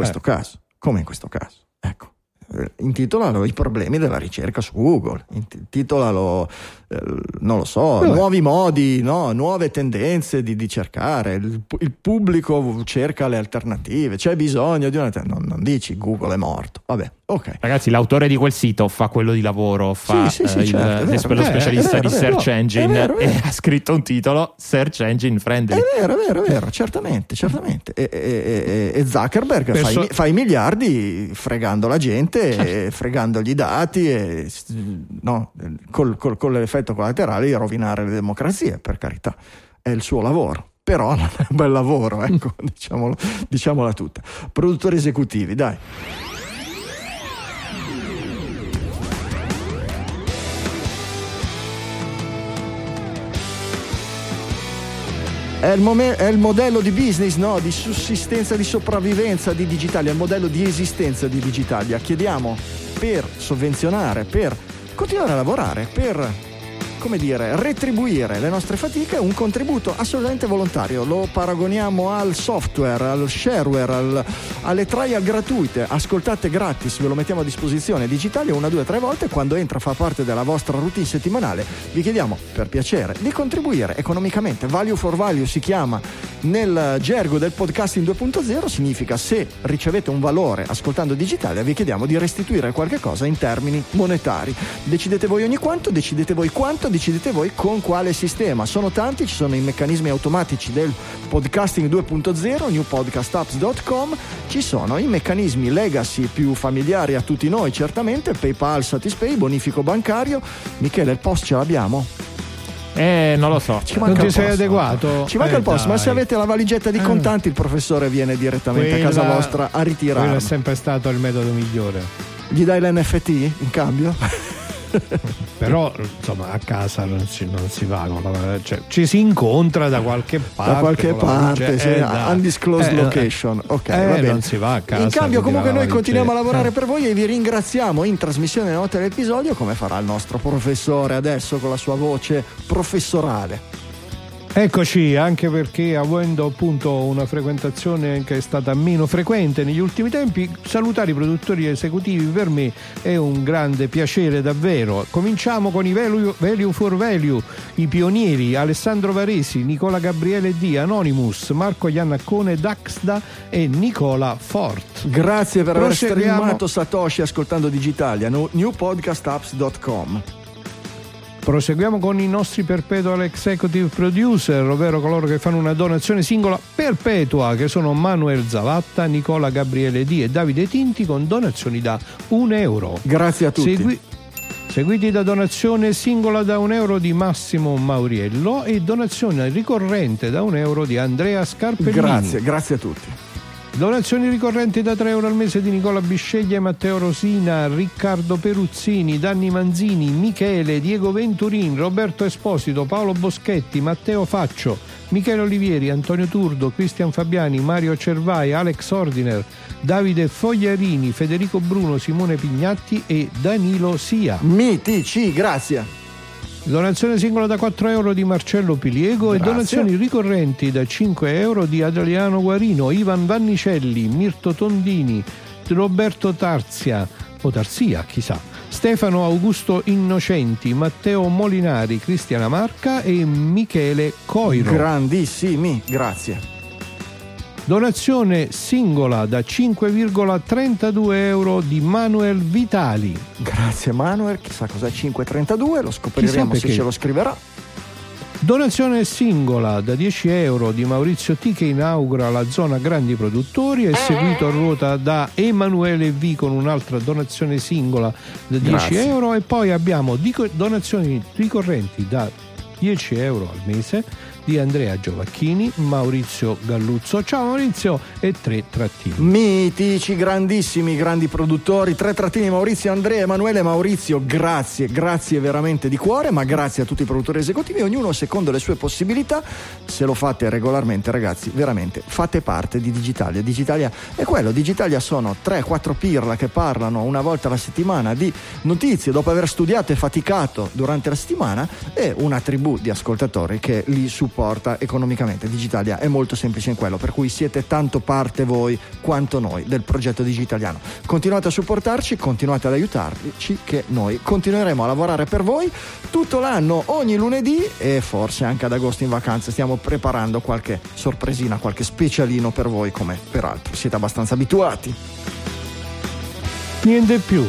ecco. Intitolalo i problemi della ricerca su Google, intitolalo non lo so, nuovi modi, nuove tendenze di cercare, il pubblico cerca le alternative, c'è bisogno di non dici Google è morto, vabbè, ok. Ragazzi, l'autore di quel sito fa quello di lavoro, fa certo, lo specialista di search engine e ha scritto un titolo search engine friendly. È vero, certamente e Zuckerberg fa i miliardi fregando la gente, fregandogli i dati e con l'effetto collaterale di rovinare le democrazie, per carità, è il suo lavoro, però non è un bel lavoro, ecco, diciamola tutta. Produttori esecutivi, dai. È il modello di business, di sussistenza, di sopravvivenza di Digitalia, il modello di esistenza di Digitalia. Chiediamo per sovvenzionare, per continuare a lavorare, per retribuire le nostre fatiche, un contributo assolutamente volontario. Lo paragoniamo al software, al shareware, alle trial gratuite, ascoltate gratis, ve lo mettiamo a disposizione. Digitalia 1, 2, 3 volte, quando entra a far parte della vostra routine settimanale, vi chiediamo per piacere di contribuire economicamente. Value for value si chiama nel gergo del podcasting 2.0, significa se ricevete un valore ascoltando Digitalia vi chiediamo di restituire qualche cosa in termini monetari. Decidete voi ogni quanto, decidete voi quanto, decidete voi con quale sistema. Sono tanti, ci sono i meccanismi automatici del podcasting 2.0, newpodcastapps.com, ci sono i meccanismi legacy più familiari a tutti noi, certamente PayPal, Satispay, bonifico bancario. Michele, il post ce l'abbiamo? Non lo so. Non ti sei adeguato? Ci manca il post, ma se avete la valigetta di contanti il professore viene direttamente a casa vostra a ritirare. Quello è sempre stato il metodo migliore. Gli dai l'NFT in cambio? Però insomma a casa non si va, cioè, ci si incontra da qualche parte, undisclosed location, ok, va bene. Non si va a casa. In cambio comunque noi continuiamo a lavorare per voi e vi ringraziamo in trasmissione note dell'episodio, come farà il nostro professore adesso con la sua voce professorale. Eccoci, anche perché avendo appunto una frequentazione che è stata meno frequente negli ultimi tempi, salutare i produttori esecutivi per me è un grande piacere davvero. Cominciamo con i Value for Value, i pionieri Alessandro Varesi, Nicola Gabriele D, Anonymous, Marco Iannaccone, Daxda e Nicola Fort. Grazie per aver streamato Satoshi ascoltando Digitalia, newpodcastapps.com. Proseguiamo con i nostri perpetual executive producer, ovvero coloro che fanno una donazione singola perpetua, che sono Manuel Zavatta, Nicola Gabriele D e Davide Tinti, con donazioni da €1. Grazie a tutti. Seguiti da donazione singola da €1 di Massimo Mauriello e donazione ricorrente da €1 di Andrea Scarpellini. Grazie a tutti. Donazioni ricorrenti da €3 al mese di Nicola Bisceglia, Matteo Rosina, Riccardo Peruzzini, Danni Manzini, Michele, Diego Venturin, Roberto Esposito, Paolo Boschetti, Matteo Faccio, Michele Olivieri, Antonio Turdo, Cristian Fabiani, Mario Cervai, Alex Ordiner, Davide Fogliarini, Federico Bruno, Simone Pignatti e Danilo Sia. Mitici, grazie. Donazione singola da €4 di Marcello Piliego. Grazie. E donazioni ricorrenti da €5 di Adriano Guarino, Ivan Vannicelli, Mirto Tondini, Roberto Tarzia o Tarzia, chissà, Stefano Augusto Innocenti, Matteo Molinari, Cristiana Marca e Michele Coiro. Grandissimi, grazie. Donazione singola da €5,32 di Manuel Vitali. Grazie Manuel, chissà cos'è 5,32, lo scopriremo se ce lo scriverà. Donazione singola da €10 di Maurizio T, che inaugura la zona grandi produttori, è seguito a ruota da Emanuele V con un'altra donazione singola da €10 e poi abbiamo donazioni ricorrenti da €10 al mese di Andrea Giovacchini, Maurizio Galluzzo, ciao Maurizio, e 3 trattini. Mitici, grandissimi, grandi produttori, 3 trattini, Maurizio, Andrea, Emanuele. Maurizio, grazie veramente di cuore, ma grazie a tutti i produttori esecutivi, ognuno secondo le sue possibilità. Se lo fate regolarmente, ragazzi, veramente fate parte di Digitalia. Digitalia è quello, Digitalia sono 3-4 pirla che parlano una volta alla settimana di notizie dopo aver studiato e faticato durante la settimana, e una tribù di ascoltatori che li supporta economicamente. Digitalia è molto semplice in quello, per cui siete tanto parte voi quanto noi del progetto digitaliano. Continuate a supportarci, continuate ad aiutarci, che noi continueremo a lavorare per voi tutto l'anno, ogni lunedì, e forse anche ad agosto in vacanza stiamo preparando qualche sorpresina, qualche specialino per voi, come peraltro siete abbastanza abituati. Niente più.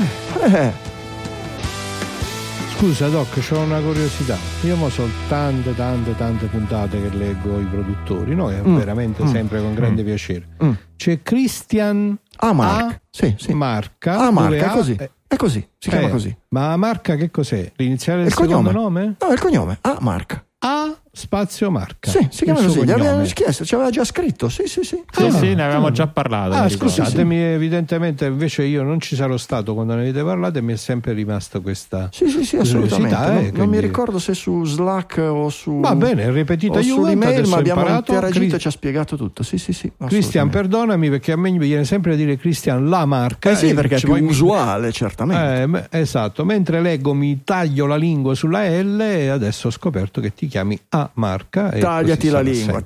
Scusa Doc, c'ho una curiosità. Io mo so tante puntate che leggo i produttori, no? Veramente sempre con grande piacere. C'è Christian Marca. Sì. Marca. Marca, è così, si chiama così. Ma Marca che cos'è? L'iniziale del secondo nome? No, è il cognome. Marca. Spazio Marca. Sì, si chiama così. Gli aveva chiesto, ci aveva già scritto. Sì, ne avevamo già parlato. Scusatemi, evidentemente invece io non ci sarò stato quando ne avete parlato e mi è sempre rimasta questa assolutamente. Non mi ricordo se su Slack o su... Va bene, ripetita sull'email, ma abbiamo interagito e ci ha spiegato tutto. Sì. Christian, perdonami, perché a me mi viene sempre a dire Christian la Marca. Sì, perché è più usuale, certamente. Esatto, mentre leggo mi taglio la lingua sulla L e adesso ho scoperto che ti chiami Marca. Tagliati la lingua.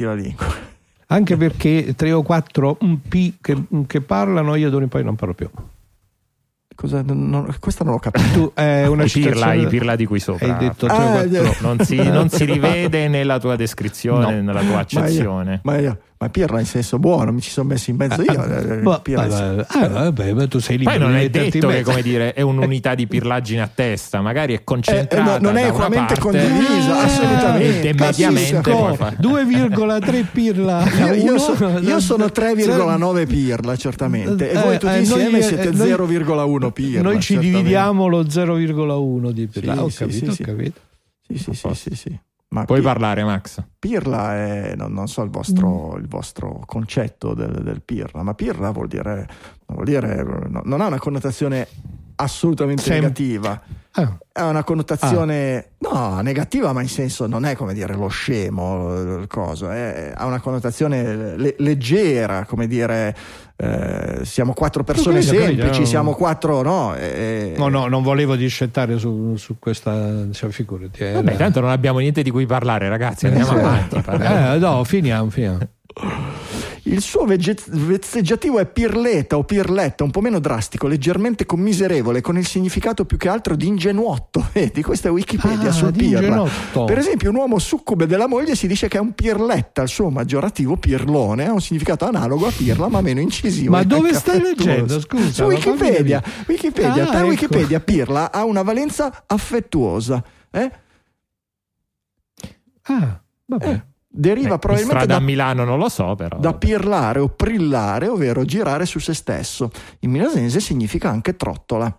Anche perché 3 o 4 P che parlano, io d'ora in poi non parlo più. Questa non l'ho capito. I pirla di qui sopra. Hai detto 3 o 4. Non si rivede nella tua descrizione, nella tua accezione. Ma pirla in senso buono, mi ci sono messo in mezzo io. Ma tu sei lì. Poi non è detto che, come dire, è un'unità di pirlaggine a testa, magari è concentrata. Non è equamente condivisa, assolutamente. Mediamente 2,3 pirla. Io sono 3,9 pirla, certamente. E voi tutti insieme siete 0,1 pirla. Noi ci dividiamo lo 0,1 di pirla. Ho capito. Sì. Ma puoi parlare, Max? Pirla è, non so il vostro concetto del pirla, ma pirla vuol dire non ha una connotazione assolutamente negativa. È una connotazione negativa, ma in senso non è come dire lo scemo, il coso, ha una connotazione leggera, come dire siamo 4 persone semplici, siamo 4 no, non volevo discettare su questa, figurati. Vabbè, tanto non abbiamo niente di cui parlare, ragazzi, andiamo avanti. Finiamo. Il suo vezzeggiativo è pirleta o pirletta, un po' meno drastico, leggermente commiserevole, con il significato più che altro di ingenuotto. Di questa è Wikipedia sul pirla. Per esempio, un uomo succube della moglie si dice che è un pirletta, il suo maggiorativo pirlone ha un significato analogo a pirla, ma meno incisivo. Ma dove stai leggendo? Scusa. Su Wikipedia. Per Wikipedia pirla ha una valenza affettuosa. Vabbè. Deriva probabilmente strada a Milano non lo so, però da pirlare o prillare, ovvero girare su se stesso. In milanese significa anche trottola.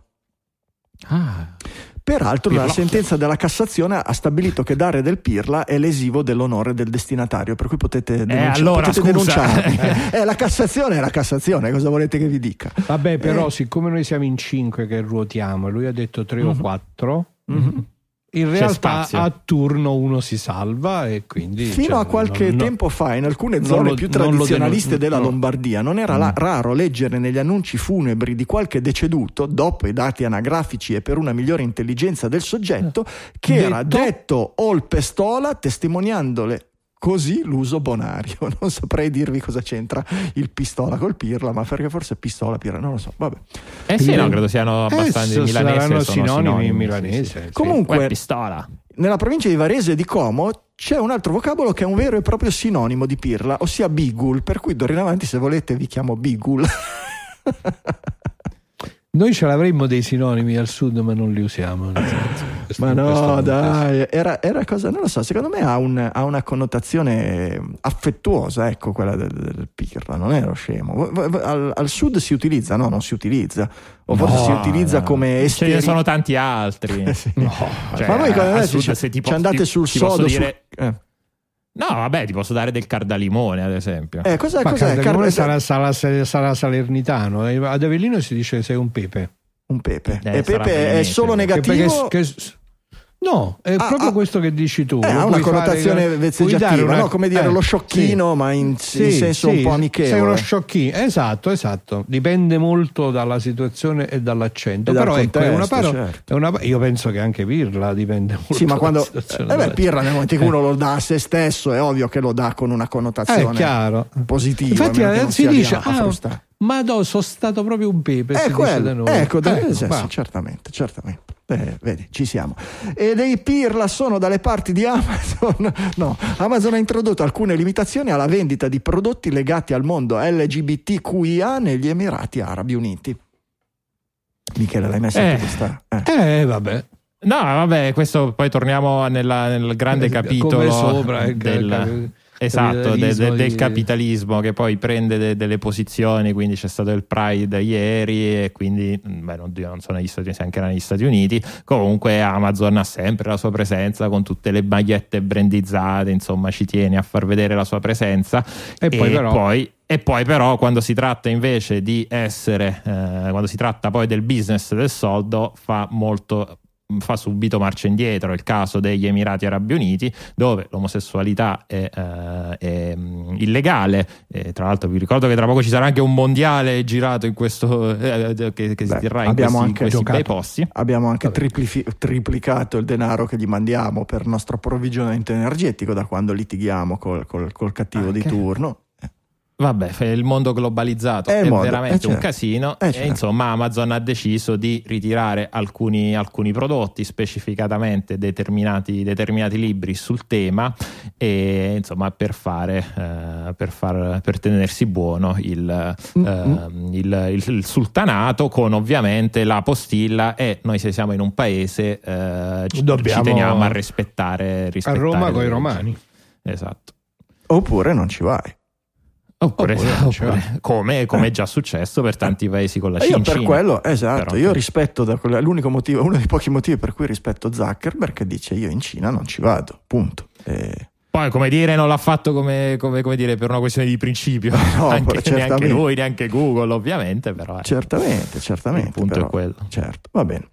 Peraltro la sentenza della Cassazione ha stabilito che dare del pirla è lesivo dell'onore del destinatario, per cui potete denunciare. La Cassazione è la Cassazione, cosa volete che vi dica? Vabbè, però siccome noi siamo in 5 che ruotiamo e lui ha detto 3 o 4, in realtà a turno uno si salva, e quindi fino a qualche tempo fa in alcune zone più tradizionaliste della Lombardia non era raro leggere negli annunci funebri di qualche deceduto, dopo i dati anagrafici e per una migliore intelligenza del soggetto, che era detto ol pestola, testimoniandole così l'uso bonario. Non saprei dirvi cosa c'entra il pistola col pirla, ma perché forse pistola, pirla, non lo so. Vabbè. Credo siano abbastanza milanesi, sinonimi in milanese. Sì. Comunque, pistola. Nella provincia di Varese e di Como c'è un altro vocabolo che è un vero e proprio sinonimo di pirla, ossia bigul, per cui d'ora in avanti, se volete, vi chiamo bigul. Noi ce l'avremmo dei sinonimi al sud, ma non li usiamo. Ma no, dai, era cosa, non lo so, secondo me ha una connotazione affettuosa, ecco, quella del pirla, non è lo scemo. Al sud si utilizza? No, non si utilizza. O forse si utilizza come ce ne sono tanti altri. Ma voi ci andate sul sodo No, vabbè, ti posso dare del cardalimone, ad esempio. Cos'è? Cardalimone sarà salernitano. Ad Avellino si dice sei un pepe. Un pepe. E pepe è solo negativo? No, è proprio questo che dici tu. Ha una connotazione vezzeggiativa, no? Come dire lo sciocchino, ma in senso un po' amichevole. Sei uno sciocchino, esatto. Dipende molto dalla situazione e dall'accento. Però ecco, io penso che anche Pirla dipende molto. Sì, ma quando Pirla nel momento in cui uno lo dà a se stesso, è ovvio che lo dà con una connotazione positiva. Infatti si dice ma sono stato proprio un pepe. Certamente. Vedi, ci siamo. E dei Pirla sono dalle parti di Amazon. No, Amazon ha introdotto alcune limitazioni alla vendita di prodotti legati al mondo LGBTQIA negli Emirati Arabi Uniti. Michele, l'hai messa questa? Vabbè. No, vabbè, questo poi torniamo nel grande capitolo sopra, del capitalismo, che poi prende delle posizioni. Quindi c'è stato il Pride ieri e quindi non so negli Stati Uniti, anche negli Stati Uniti. Comunque Amazon ha sempre la sua presenza con tutte le magliette brandizzate, insomma ci tiene a far vedere la sua presenza. E poi però quando si tratta invece di quando si tratta poi del business del soldo fa subito marcia indietro. Il caso degli Emirati Arabi Uniti, dove l'omosessualità è illegale. Tra l'altro vi ricordo che tra poco ci sarà anche un mondiale girato in questo che si terrà in questi bei posti. Abbiamo anche triplicato il denaro che gli mandiamo per il nostro approvvigionamento energetico da quando litighiamo col cattivo di turno. Vabbè, il mondo globalizzato è veramente un casino e insomma Amazon ha deciso di ritirare alcuni prodotti, specificatamente determinati libri sul tema, e insomma per tenersi buono il sultanato, con ovviamente la postilla e noi se siamo in un paese ci teniamo a rispettare a Roma coi romani. Esatto. Oppure non ci vai. Oppure come è già successo per tanti paesi con la Cina. Io per quello, io rispetto l'unico motivo, uno dei pochi motivi per cui rispetto Zuckerberg, che dice io in Cina non ci vado, punto. Poi come dire, non l'ha fatto come dire per una questione di principio, neanche lui, neanche Google ovviamente, però certamente il punto però, è quello. Certo, va bene.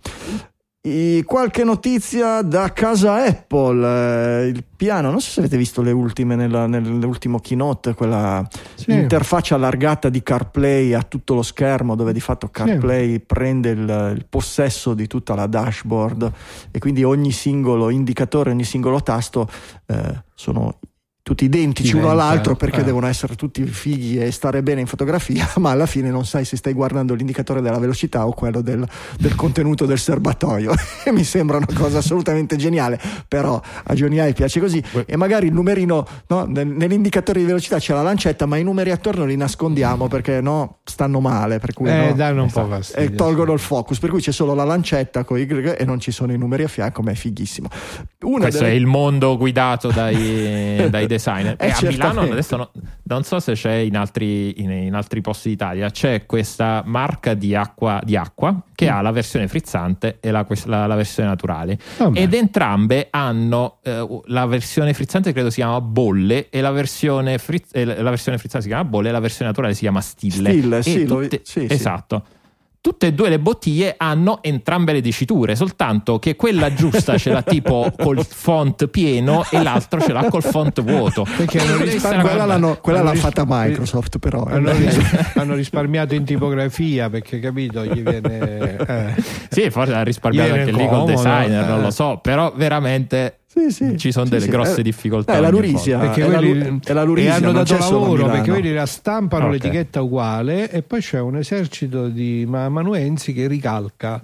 Qualche notizia da casa Apple, il piano, non so se avete visto le ultime nell'ultimo keynote, quella interfaccia allargata di CarPlay a tutto lo schermo, dove di fatto CarPlay prende il possesso di tutta la dashboard e quindi ogni singolo indicatore, ogni singolo tasto sono tutti identici uno all'altro, perché devono essere tutti fighi e stare bene in fotografia, ma alla fine non sai se stai guardando l'indicatore della velocità o quello del contenuto del serbatoio. E mi sembra una cosa assolutamente geniale, però a Johnny Ive piace così. E magari il numerino, no, nell'indicatore di velocità c'è la lancetta, ma i numeri attorno li nascondiamo perché stanno male, per cui danno un po' fastidio, e tolgono il focus, per cui c'è solo la lancetta con i e non ci sono i numeri a fianco, ma è fighissimo. Questo è il mondo guidato dai designer. E a Milano adesso non so se c'è in altri posti d'Italia, c'è questa marca di acqua che ha la versione frizzante e la versione naturale. Ed entrambe hanno la versione frizzante credo si chiama Bolle e la versione frizzante si chiama Bolle e la versione naturale si chiama Stille. Esatto. Tutte e due le bottiglie hanno entrambe le diciture, soltanto che quella giusta ce l'ha tipo col font pieno e l'altro ce l'ha col font vuoto. Perché quella l'ha fatta Microsoft, però hanno risparmiato in tipografia, perché capito gli viene sì, forse ha risparmiato anche lì col designer, non lo so, però veramente ci sono delle grosse difficoltà. È la Lurisia, perché e hanno dato lavoro, perché quelli la stampano l'etichetta uguale e poi c'è un esercito di amanuensi che ricalca,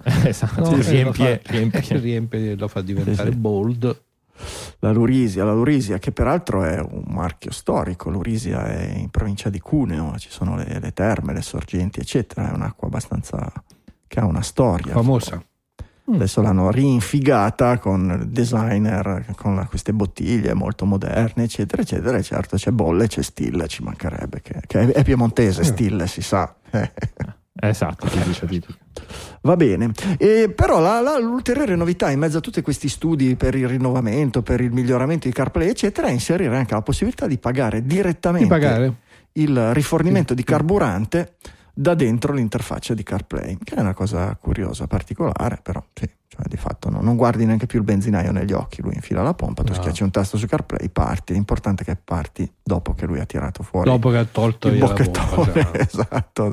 riempie, lo fa diventare bold. La Lurisia, che peraltro è un marchio storico. Lurisia è in provincia di Cuneo, ci sono le terme, le sorgenti eccetera, è un'acqua abbastanza che ha una storia famosa. Adesso l'hanno rinfigata con designer, con queste bottiglie molto moderne eccetera eccetera, e certo c'è Bolle, c'è Stille, ci mancherebbe, che è piemontese Stille, si sa. Esatto, si dice. Va bene, però l'ulteriore novità in mezzo a tutti questi studi per il rinnovamento, per il miglioramento di CarPlay eccetera, è inserire anche la possibilità di pagare direttamente il rifornimento di carburante da dentro l'interfaccia di CarPlay, che è una cosa curiosa, particolare, però sì, cioè di fatto non guardi neanche più il benzinaio negli occhi, lui infila la pompa, tu schiacci un tasto su CarPlay, parti, l'importante è che parti dopo che lui ha tirato fuori, dopo che ha tolto il bocchettone, pompa, esatto,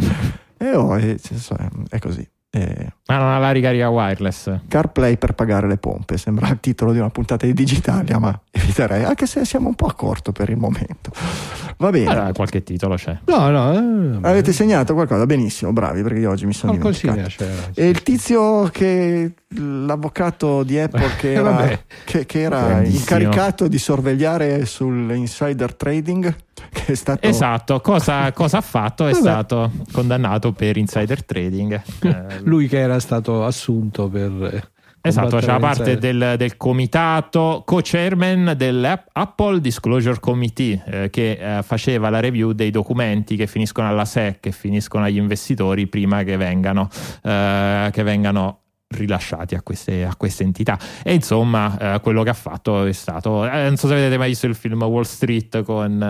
è così. Non ha la ricarica wireless. CarPlay per pagare le pompe, sembra il titolo di una puntata di Digitalia, ma eviterei, anche se siamo un po' a corto per il momento. Va bene. Allora, qualche titolo c'è. Avete segnato qualcosa? Benissimo, bravi, perché io oggi mi sono dimenticato. E il tizio l'avvocato di Apple che era incaricato di sorvegliare sull'insider trading, che è stato... Esatto, cosa ha fatto? È stato condannato per insider trading. Lui che era stato assunto per... Esatto, faceva parte del comitato co-chairman dell'Apple Disclosure Committee, che faceva la review dei documenti che finiscono alla SEC e finiscono agli investitori prima che vengano rilasciati a queste entità. E insomma quello che ha fatto è stato, non so se avete mai visto il film Wall Street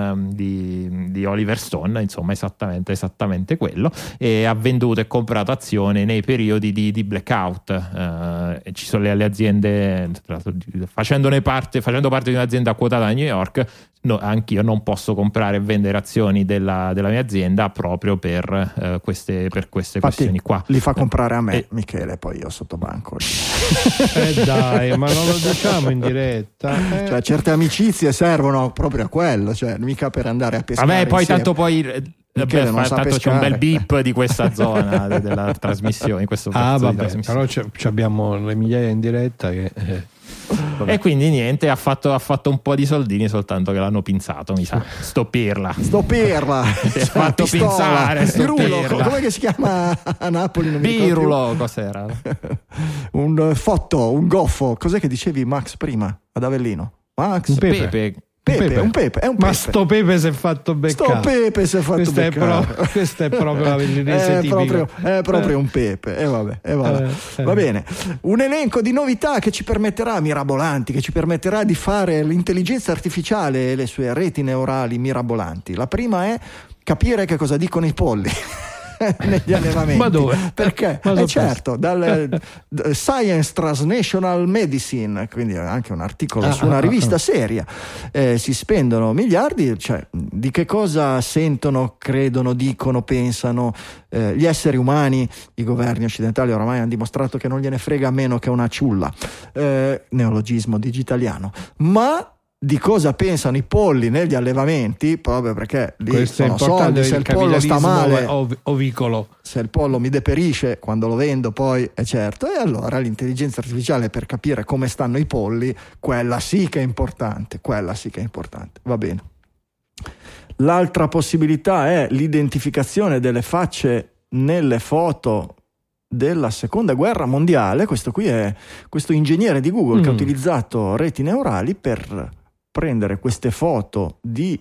di Oliver Stone, insomma esattamente quello, e ha venduto e comprato azioni nei periodi di blackout. Ci sono le aziende, facendo parte di un'azienda quotata a New York, anch'io non posso comprare e vendere azioni della mia azienda proprio per queste questioni qua. Li fa comprare a me, Michele, poi io sotto banco. Dai, ma non lo diciamo in diretta. Cioè, certe amicizie servono proprio a quello, cioè mica per andare a pescare. Vabbè, poi insieme. tanto poi tanto c'è un bel beep di questa zona della trasmissione, in questo però abbiamo le migliaia in diretta che e quindi niente, ha fatto un po' di soldini, soltanto che l'hanno pinzato, mi sa. Sto pirla si è fatto pinzare. Pirulo, come che si chiama a Napoli? Pirulo, cos'era? un goffo, cos'è che dicevi Max prima ad Avellino? Max? Un pepe. Un pepe. Ma sto pepe si è fatto beccare. Questa è proprio la vellinese tipica. È proprio un pepe. Va bene. Un elenco di novità che ci permetterà, mirabolanti, che ci permetterà di fare l'intelligenza artificiale e le sue reti neurali mirabolanti. La prima è capire che cosa dicono i polli negli allevamenti. Ma dove? Perché? Certo, dal Science Translational Medicine, quindi anche un articolo su una rivista seria, si spendono miliardi, cioè di che cosa sentono, credono, dicono, pensano gli esseri umani. I governi occidentali oramai hanno dimostrato che non gliene frega meno che una ciulla, neologismo digitaliano, ma di cosa pensano i polli negli allevamenti, proprio perché lì questo sono soldi, se il pollo sta male ovicolo, se il pollo mi deperisce quando lo vendo poi è certo, e allora l'intelligenza artificiale per capire come stanno i polli, quella sì che è importante, va bene. L'altra possibilità è l'identificazione delle facce nelle foto della seconda guerra mondiale. Questo qui è questo ingegnere di Google che ha utilizzato reti neurali per prendere queste foto di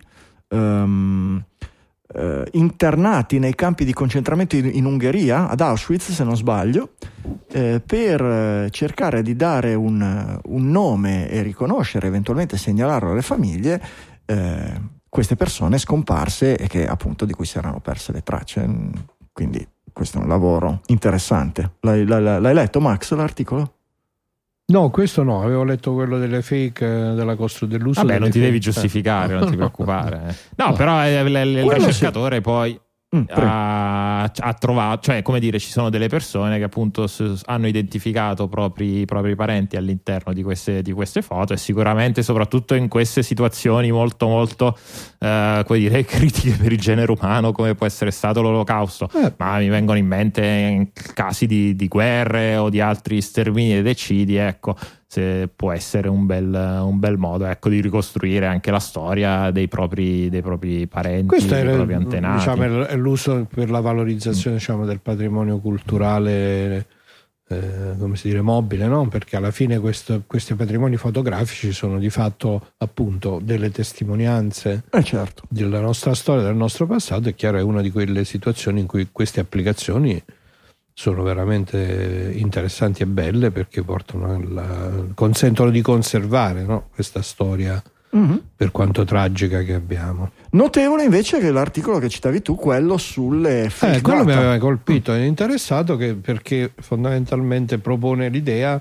internati nei campi di concentramento in Ungheria, ad Auschwitz se non sbaglio, per cercare di dare un nome e riconoscere, eventualmente segnalarlo alle famiglie, queste persone scomparse e che appunto di cui si erano perse le tracce. Quindi questo è un lavoro interessante. L'hai letto, Max, l'articolo? No, questo no, avevo letto quello delle fake, dell'uso. Vabbè, non ti devi giustificare, non ti preoccupare. No, però il ricercatore poi ha trovato, cioè come dire, ci sono delle persone che appunto hanno identificato propri parenti all'interno di queste foto, e sicuramente soprattutto in queste situazioni molto molto come dire critiche per il genere umano, come può essere stato l'Olocausto, ma mi vengono in mente casi di guerre o di altri stermini ed eccidi, ecco, se può essere un bel modo, ecco, di ricostruire anche la storia dei propri parenti, questo dei propri antenati. Diciamo, è l'uso per la valorizzazione diciamo, del patrimonio culturale come si dice mobile, no? Perché alla fine questi patrimoni fotografici sono di fatto appunto delle testimonianze certo. della nostra storia, del nostro passato. È chiaro, è una di quelle situazioni in cui queste applicazioni sono veramente interessanti e belle, perché consentono di conservare, no, questa storia per quanto tragica che abbiamo. Notevole invece che l'articolo che citavi tu, quello sulle fake quello data. mi aveva colpito e interessato, perché fondamentalmente propone l'idea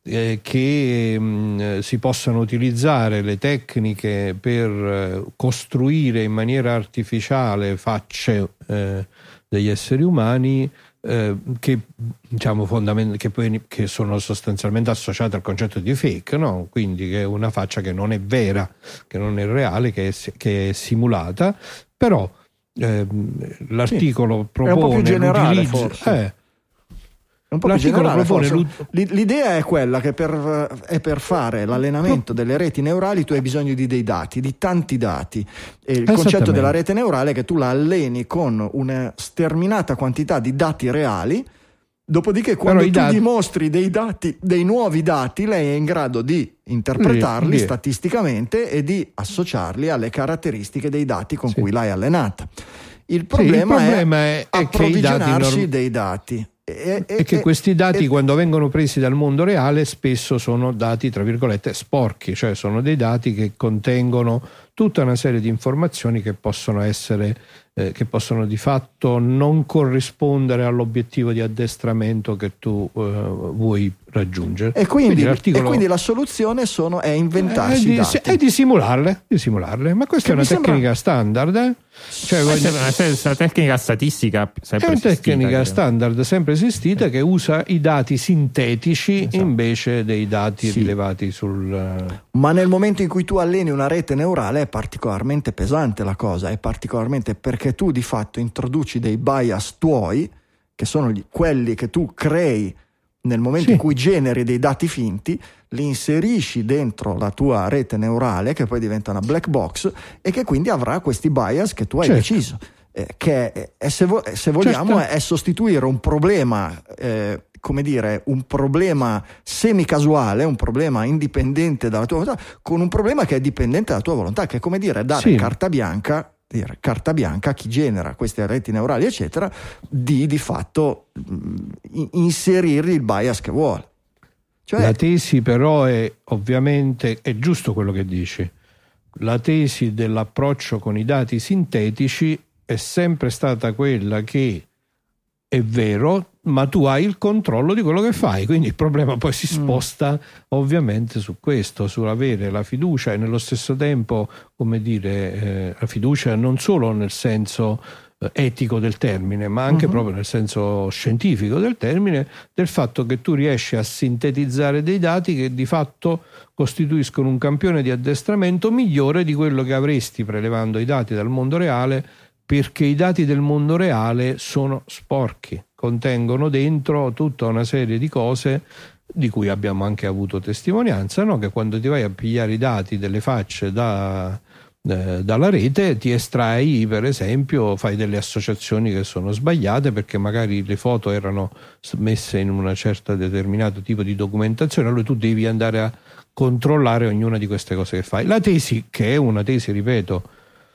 che si possano utilizzare le tecniche per costruire in maniera artificiale facce degli esseri umani, che diciamo che sono sostanzialmente associate al concetto di fake, no? Quindi che è una faccia che non è vera, che non è reale, che è simulata. Però l'articolo propone, è un po' più generale, forse. Un po' l'articolo propone l'idea è quella che per fare l'allenamento delle reti neurali tu hai bisogno di dei dati, di tanti dati, e il concetto della rete neurale è che tu la alleni con una sterminata quantità di dati reali, dopodiché quando tu dimostri dei nuovi dati, lei è in grado di interpretarli statisticamente e di associarli alle caratteristiche dei dati con cui l'hai allenata. Il problema è approvvigionarsi dei dati. E che questi dati, quando vengono presi dal mondo reale, spesso sono dati tra virgolette sporchi, cioè sono dei dati che contengono tutta una serie di informazioni che possono essere che possono di fatto non corrispondere all'obiettivo di addestramento che tu vuoi raggiungere. E quindi la soluzione è inventarsi dati. È di simularle. Ma questa è una tecnica standard. Cioè, una tecnica statistica sempre esistita. È una tecnica standard sempre esistita, che usa i dati sintetici invece dei dati rilevati Ma nel momento in cui tu alleni una rete neurale è particolarmente pesante la cosa, è particolarmente perché tu di fatto introduci dei bias tuoi, che sono quelli che tu crei nel momento in cui generi dei dati finti, li inserisci dentro la tua rete neurale, che poi diventa una black box e che quindi avrà questi bias che tu hai deciso, che se vogliamo è sostituire un problema un problema semicasuale, un problema indipendente dalla tua volontà, con un problema che è dipendente dalla tua volontà, che è come dare carta bianca a chi genera queste reti neurali eccetera, di fatto inserirgli il bias che vuole. Cioè, la tesi però è giusto quello che dici. La tesi dell'approccio con i dati sintetici è sempre stata quella che è vero, ma tu hai il controllo di quello che fai, quindi il problema poi si sposta ovviamente su questo, sull'avere la fiducia e nello stesso tempo, la fiducia non solo nel senso etico del termine, ma anche proprio nel senso scientifico del termine, del fatto che tu riesci a sintetizzare dei dati che di fatto costituiscono un campione di addestramento migliore di quello che avresti prelevando i dati dal mondo reale, perché i dati del mondo reale sono sporchi, contengono dentro tutta una serie di cose di cui abbiamo anche avuto testimonianza, no? Che quando ti vai a pigliare i dati delle facce dalla rete, ti estrai, per esempio, fai delle associazioni che sono sbagliate perché magari le foto erano messe in una certa determinato tipo di documentazione, allora tu devi andare a controllare ognuna di queste cose che fai. La tesi, che è una tesi, ripeto,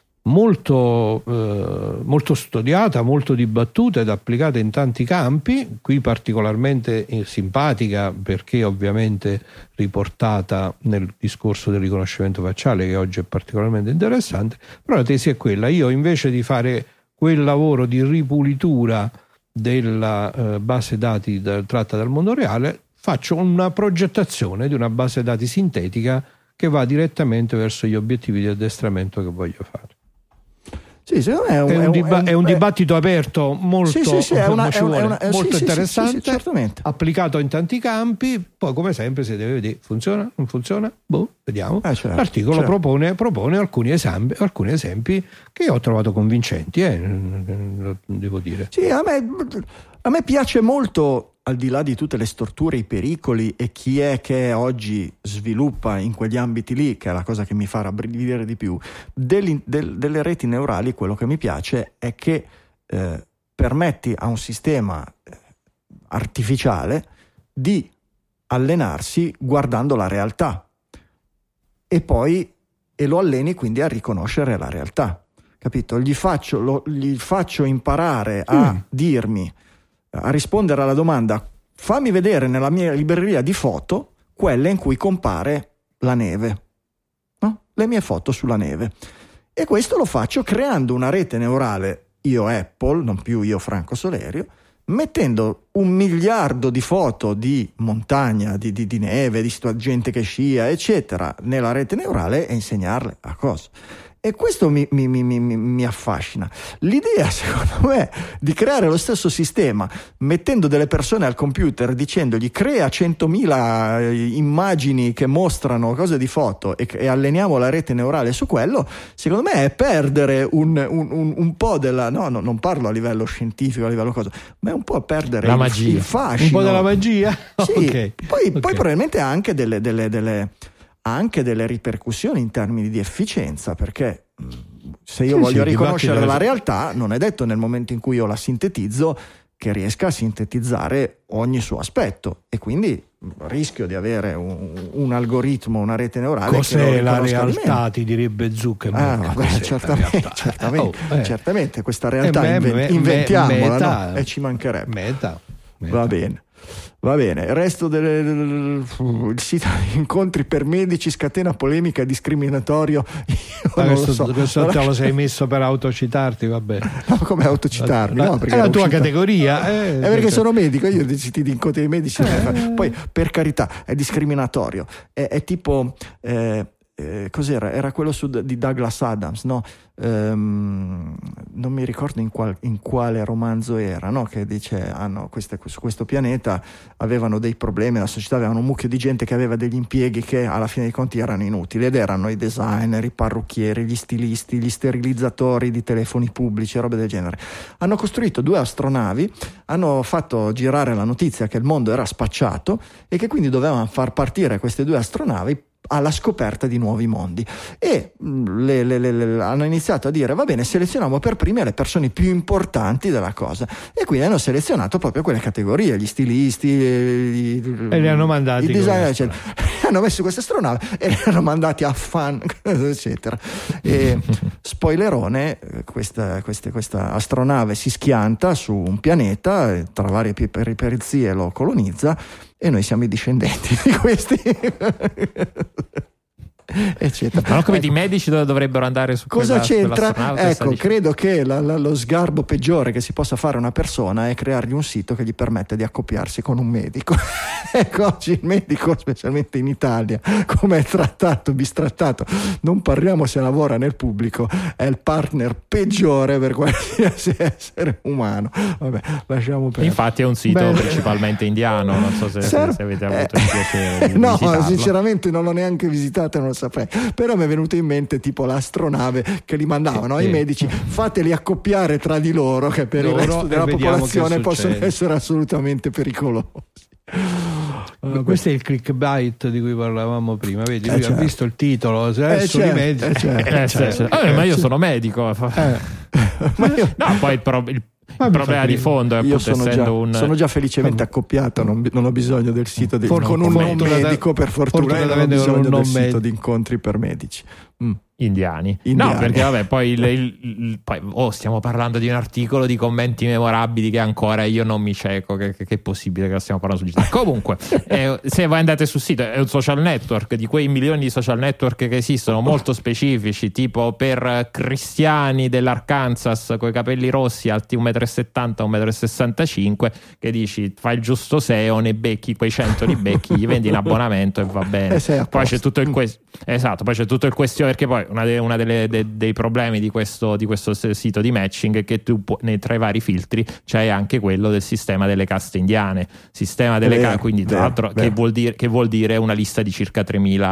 molto studiata, molto dibattuta ed applicata in tanti campi, qui particolarmente simpatica perché ovviamente riportata nel discorso del riconoscimento facciale, che oggi è particolarmente interessante. Però la tesi è quella: io invece di fare quel lavoro di ripulitura della base dati tratta dal mondo reale, faccio una progettazione di una base dati sintetica che va direttamente verso gli obiettivi di addestramento che voglio fare. Sì, è un dibattito aperto molto interessante, certamente, applicato in tanti campi. Poi, come sempre, si deve vedere: funziona, non funziona, vediamo. L'articolo propone alcuni esempi che ho trovato convincenti, devo dire. Sì, a me piace molto, al di là di tutte le storture, i pericoli e chi è che oggi sviluppa in quegli ambiti lì, che è la cosa che mi fa rabbrividire di più, delle reti neurali. Quello che mi piace è che permetti a un sistema artificiale di allenarsi guardando la realtà e lo alleni quindi a riconoscere la realtà, capito? Gli faccio imparare a dirmi a rispondere alla domanda: fammi vedere nella mia libreria di foto quelle in cui compare la neve, no? Le mie foto sulla neve. E questo lo faccio creando una rete neurale, io Apple, non più io Franco Solerio, mettendo 1 miliardo di foto di montagna, di neve, di gente che scia, eccetera, nella rete neurale e insegnarle a cosa. E questo mi affascina. L'idea, secondo me, di creare lo stesso sistema mettendo delle persone al computer, dicendogli crea 100.000 immagini che mostrano cose di foto e alleniamo la rete neurale su quello, secondo me è perdere un po' della... No, non parlo a livello scientifico, a livello cosa, ma è un po' perdere la magia. Il fascino. Un po' della magia? Sì, okay. Poi probabilmente anche anche delle ripercussioni in termini di efficienza, perché se io voglio riconoscere la realtà, non è detto nel momento in cui io la sintetizzo che riesca a sintetizzare ogni suo aspetto, e quindi rischio di avere un algoritmo, una rete neurale. Cos'è la realtà, ti direbbe Zuckerberg. Certamente questa realtà inventiamola, no? E ci mancherebbe. Meta. Va bene, il resto il sito di incontri per medici scatena polemica discriminatorio. Questo te lo sei messo per autocitarti, vabbè. No, come autocitarmi? No, è la tua categoria. È perché sono medico, io di siti di incontri dei medici. Poi, per carità, è discriminatorio. È tipo... cos'era? Era quello di Douglas Adams, no? Non mi ricordo in quale romanzo era, no? Che dice su questo pianeta avevano dei problemi, la società aveva un mucchio di gente che aveva degli impieghi che alla fine dei conti erano inutili, ed erano i designer, i parrucchieri, gli stilisti, gli sterilizzatori di telefoni pubblici, robe del genere. Hanno costruito 2 astronavi, hanno fatto girare la notizia che il mondo era spacciato e che quindi dovevano far partire queste 2 astronavi alla scoperta di nuovi mondi, e hanno iniziato a dire: va bene, selezioniamo per prime le persone più importanti della cosa, e quindi hanno selezionato proprio quelle categorie, gli stilisti, e li hanno mandati, i designer, eccetera. Hanno messo queste astronave e li hanno mandati a fan, eccetera. E spoilerone, questa astronave si schianta su un pianeta, tra varie peripezie lo colonizza, e noi siamo i discendenti di questi. Eccetera. Ma non come i medici dovrebbero andare su cosa c'entra? Ecco, credo che lo sgarbo peggiore che si possa fare a una persona è creargli un sito che gli permette di accoppiarsi con un medico. Ecco, oggi il medico, specialmente in Italia, come è trattato, bistrattato, non parliamo se lavora nel pubblico, è il partner peggiore per qualsiasi essere umano. Vabbè, lasciamo perdere. Infatti è un sito principalmente indiano, non so se avete avuto il piacere di no, visitarlo. Sinceramente non l'ho neanche visitato, non lo saprei, però mi è venuto in mente tipo l'astronave che li mandavano ai medici: fateli accoppiare tra di loro, che per il resto della popolazione possono essere assolutamente pericolosi. Questo è il clickbait di cui parlavamo prima, vedi? Lui ha visto il titolo, i medici. Ma io sono medico. No, poi il problema di fondo è, io sono già felicemente accoppiato, non ho bisogno del sito con un medico, per fortuna non ho bisogno del sito di incontri per medici. Indiani. No, perché vabbè, poi stiamo parlando di un articolo di commenti memorabili che ancora io non mi cieco che è possibile che lo stiamo parlando su Gita. Comunque se voi andate sul sito, è un social network, di quei milioni di social network che esistono, molto specifici, tipo per cristiani dell'Arkansas con i capelli rossi, alti 1,70 m, 1,65 m, che dici fai il giusto SEO, ne becchi quei 100, li becchi, gli vendi in abbonamento e va bene. Poi c'è tutto il poi c'è tutto il questione, perché poi una dei problemi di questo sito di matching è che tu tra i vari filtri c'è anche quello del sistema delle caste indiane, quindi tra l'altro che vuol dire una lista di circa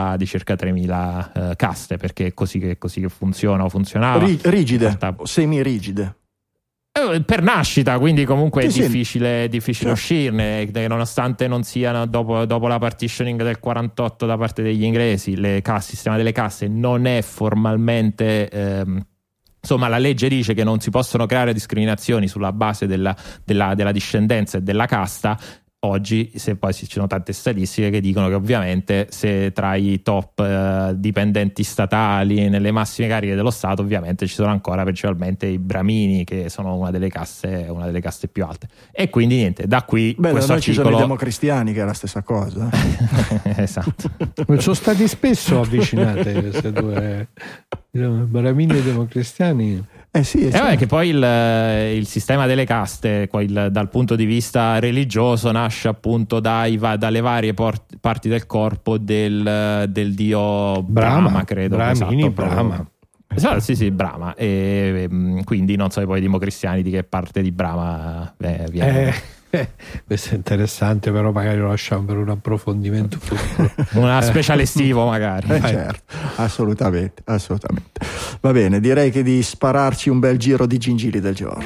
3.000 caste, perché è così che funziona o funzionava. Rigide, semi-rigide. Per nascita, quindi comunque è difficile uscirne, nonostante non siano dopo la partitioning del 48 da parte degli inglesi, il sistema delle caste non è formalmente insomma, la legge dice che non si possono creare discriminazioni sulla base della discendenza e della casta. oggi, se poi ci sono tante statistiche che dicono che ovviamente se tra i top dipendenti statali nelle massime cariche dello Stato ovviamente ci sono ancora principalmente i bramini, che sono una delle caste più alte, e quindi niente, da qui questo articolo. Ci sono i democristiani, che è la stessa cosa. Esatto. Sono stati spesso avvicinate queste due, bramini e democristiani. Sì, che poi il sistema delle caste dal punto di vista religioso nasce appunto dalle varie parti del corpo del dio Brahma, credo. Bramini, esatto, Brahma. Sì, Brahma. E quindi non so poi i democristiani di che parte di Brahma viene. Questo è interessante, però magari lo lasciamo per un approfondimento futuro. Una speciale estivo magari. Certo, assolutamente. Va bene, direi che di spararci un bel giro di gingilli del giorno.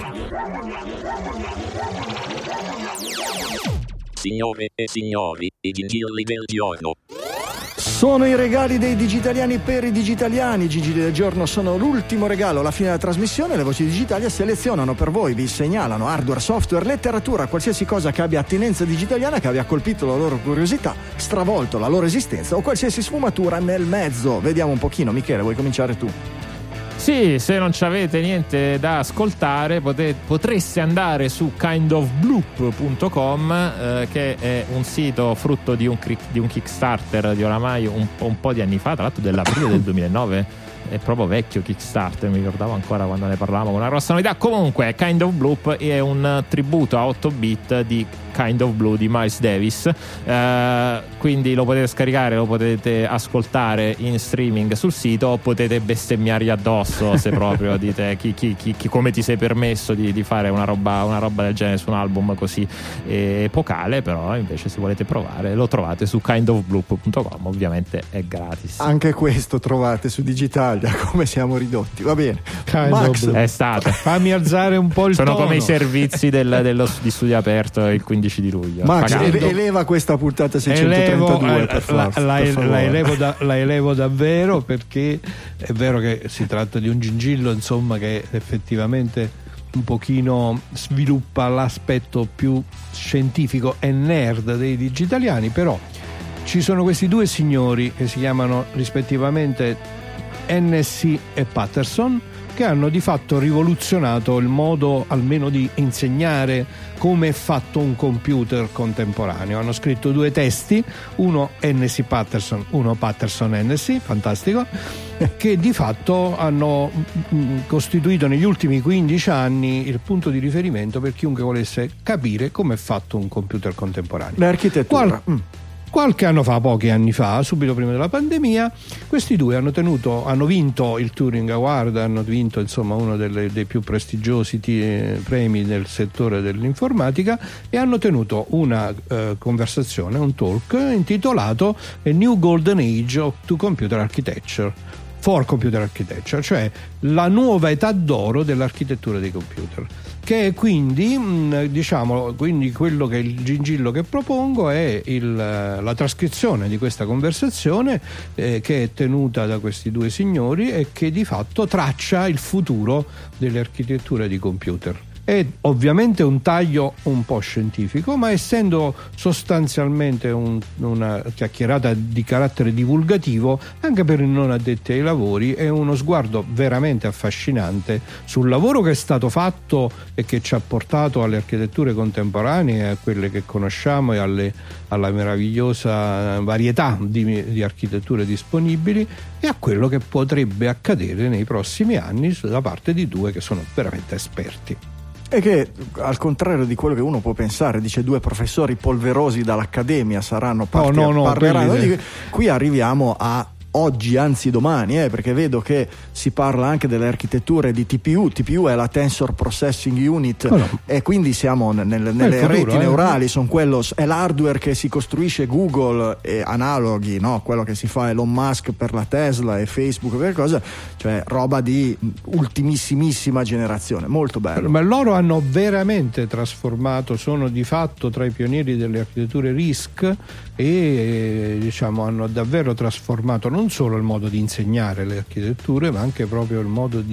Signore e signori, i gingilli del giorno. Sono i regali dei digitaliani per i digitaliani. I gingilli del giorno sono l'ultimo regalo alla fine della trasmissione. Le voci digitali selezionano per voi, vi segnalano hardware, software, letteratura, qualsiasi cosa che abbia attinenza digitaliana, che abbia colpito la loro curiosità, stravolto la loro esistenza o qualsiasi sfumatura nel mezzo. Vediamo un pochino. Michele, vuoi cominciare tu? Sì, se non ci avete niente da ascoltare potreste andare su kindofbloop.com, che è un sito frutto di un Kickstarter di oramai un po' di anni fa, tra l'altro dell'aprile del 2009. È proprio vecchio Kickstarter, mi ricordavo ancora quando ne parlavamo con una grossa novità. Comunque Kind of Bloop è un tributo a 8 bit di Kind of Blue di Miles Davis, quindi lo potete scaricare, lo potete ascoltare in streaming sul sito, o potete bestemmiargli addosso se proprio dite chi come ti sei permesso di fare una roba del genere su un album così epocale. Però invece se volete provare lo trovate su kindofbloop.com, ovviamente è gratis. Anche questo trovate su Digitalia. Come siamo ridotti, va bene. Max, è stato. Fammi alzare un po' il tono. Sono come i servizi di Studio Aperto il 15 di luglio. Max, eleva questa puntata 632 per forza. La elevo davvero, perché è vero che si tratta di un gingillo, insomma, che effettivamente un pochino sviluppa l'aspetto più scientifico e nerd dei digitaliani, però ci sono questi due signori che si chiamano rispettivamente NSC e Patterson, che hanno di fatto rivoluzionato il modo almeno di insegnare come è fatto un computer contemporaneo. Hanno scritto due testi, uno NSC Patterson, uno Patterson NSC, fantastico, che di fatto hanno costituito negli ultimi 15 anni il punto di riferimento per chiunque volesse capire come è fatto un computer contemporaneo. L'architettura. Qualche anno fa, pochi anni fa, subito prima della pandemia, questi due hanno vinto il Turing Award, hanno vinto insomma uno dei più prestigiosi premi nel settore dell'informatica, e hanno tenuto una conversazione, un talk intitolato A New Golden Age for Computer Architecture, cioè la nuova età d'oro dell'architettura dei computer, che è quindi quello che il gingillo che propongo è la trascrizione di questa conversazione che è tenuta da questi due signori e che di fatto traccia il futuro delle architetture di computer. È ovviamente un taglio un po' scientifico, ma essendo sostanzialmente una chiacchierata di carattere divulgativo, anche per i non addetti ai lavori, è uno sguardo veramente affascinante sul lavoro che è stato fatto e che ci ha portato alle architetture contemporanee, a quelle che conosciamo e alla meravigliosa varietà di architetture disponibili, e a quello che potrebbe accadere nei prossimi anni da parte di due che sono veramente esperti. E che, al contrario di quello che uno può pensare, dice due professori polverosi dall'accademia saranno parleranno. Qui arriviamo a oggi, anzi domani, perché vedo che si parla anche delle architetture di TPU è la Tensor Processing Unit, e quindi siamo nelle reti neurali, è l'hardware che si costruisce Google e analoghi, no? Quello che si fa Elon Musk per la Tesla e Facebook per cosa, cioè roba di ultimissimissima generazione, molto bello. Ma loro hanno veramente trasformato, sono di fatto tra i pionieri delle architetture RISC e hanno davvero trasformato non solo il modo di insegnare le architetture, ma anche proprio il modo di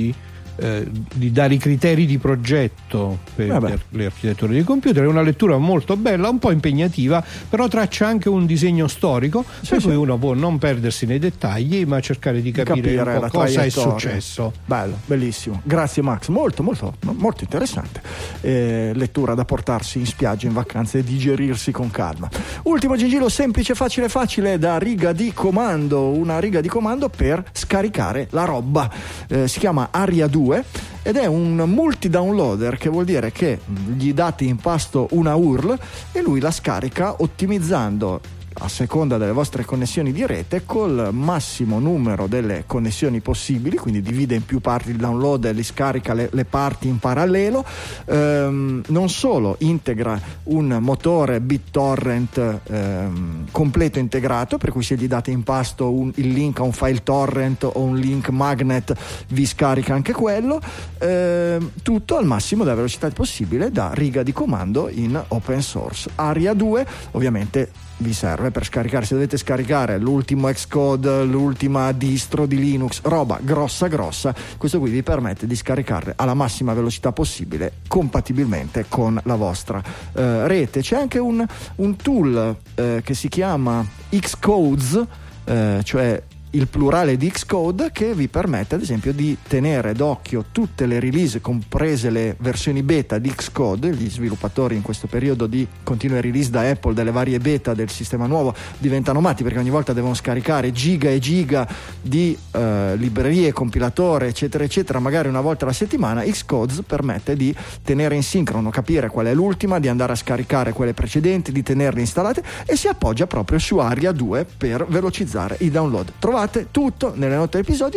di dare i criteri di progetto per le architetture di computer. È una lettura molto bella, un po' impegnativa, però traccia anche un disegno storico, per cui uno può non perdersi nei dettagli ma cercare di capire un po' cosa è successo. Bello, bellissimo, grazie Max, molto molto molto interessante, lettura da portarsi in spiaggia in vacanza e digerirsi con calma. Ultimo gingillo semplice, facile da riga di comando, una riga di comando per scaricare la roba, si chiama Aria 2 ed è un multi-downloader, che vuol dire che gli date in pasto una URL e lui la scarica ottimizzando a seconda delle vostre connessioni di rete col massimo numero delle connessioni possibili, quindi divide in più parti il download e li scarica le parti in parallelo. Non solo integra un motore BitTorrent completo integrato, per cui se gli date in pasto il link a un file torrent o un link magnet vi scarica anche quello, tutto al massimo della velocità possibile da riga di comando in open source. Aria 2 ovviamente vi serve per scaricare, se dovete scaricare l'ultimo Xcode, l'ultima distro di Linux, roba grossa, questo qui vi permette di scaricarle alla massima velocità possibile compatibilmente con la vostra rete. C'è anche un tool che si chiama Xcodes, cioè il plurale di Xcode, che vi permette ad esempio di tenere d'occhio tutte le release, comprese le versioni beta di Xcode. Gli sviluppatori in questo periodo di continue release da Apple delle varie beta del sistema nuovo diventano matti, perché ogni volta devono scaricare giga e giga di librerie, compilatore eccetera eccetera, magari una volta alla settimana. Xcodes permette di tenere in sincrono, capire qual è l'ultima, di andare a scaricare quelle precedenti, di tenerle installate, e si appoggia proprio su Aria 2 per velocizzare i download. Trovate tutto nelle note dell'episodio,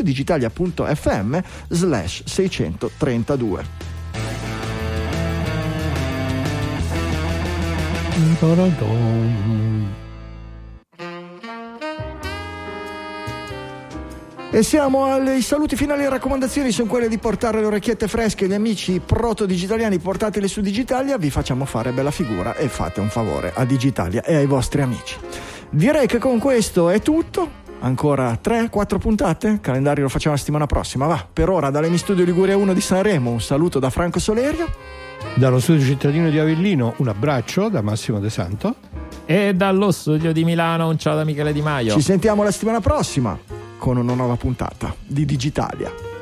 digitalia.fm/632. E siamo ai saluti finali. Le raccomandazioni sono quelle di portare le orecchiette fresche agli amici proto-digitaliani, portatele su Digitalia, vi facciamo fare bella figura e fate un favore a Digitalia e ai vostri amici. Direi che con questo è tutto. Ancora 3-4 puntate, il calendario lo facciamo la settimana prossima. Va, per ora dall'Emi Studio Liguria 1 di Sanremo un saluto da Franco Solerio, dallo studio cittadino di Avellino un abbraccio da Massimo De Santo e dallo studio di Milano un ciao da Michele Di Maio. Ci sentiamo la settimana prossima con una nuova puntata di Digitalia.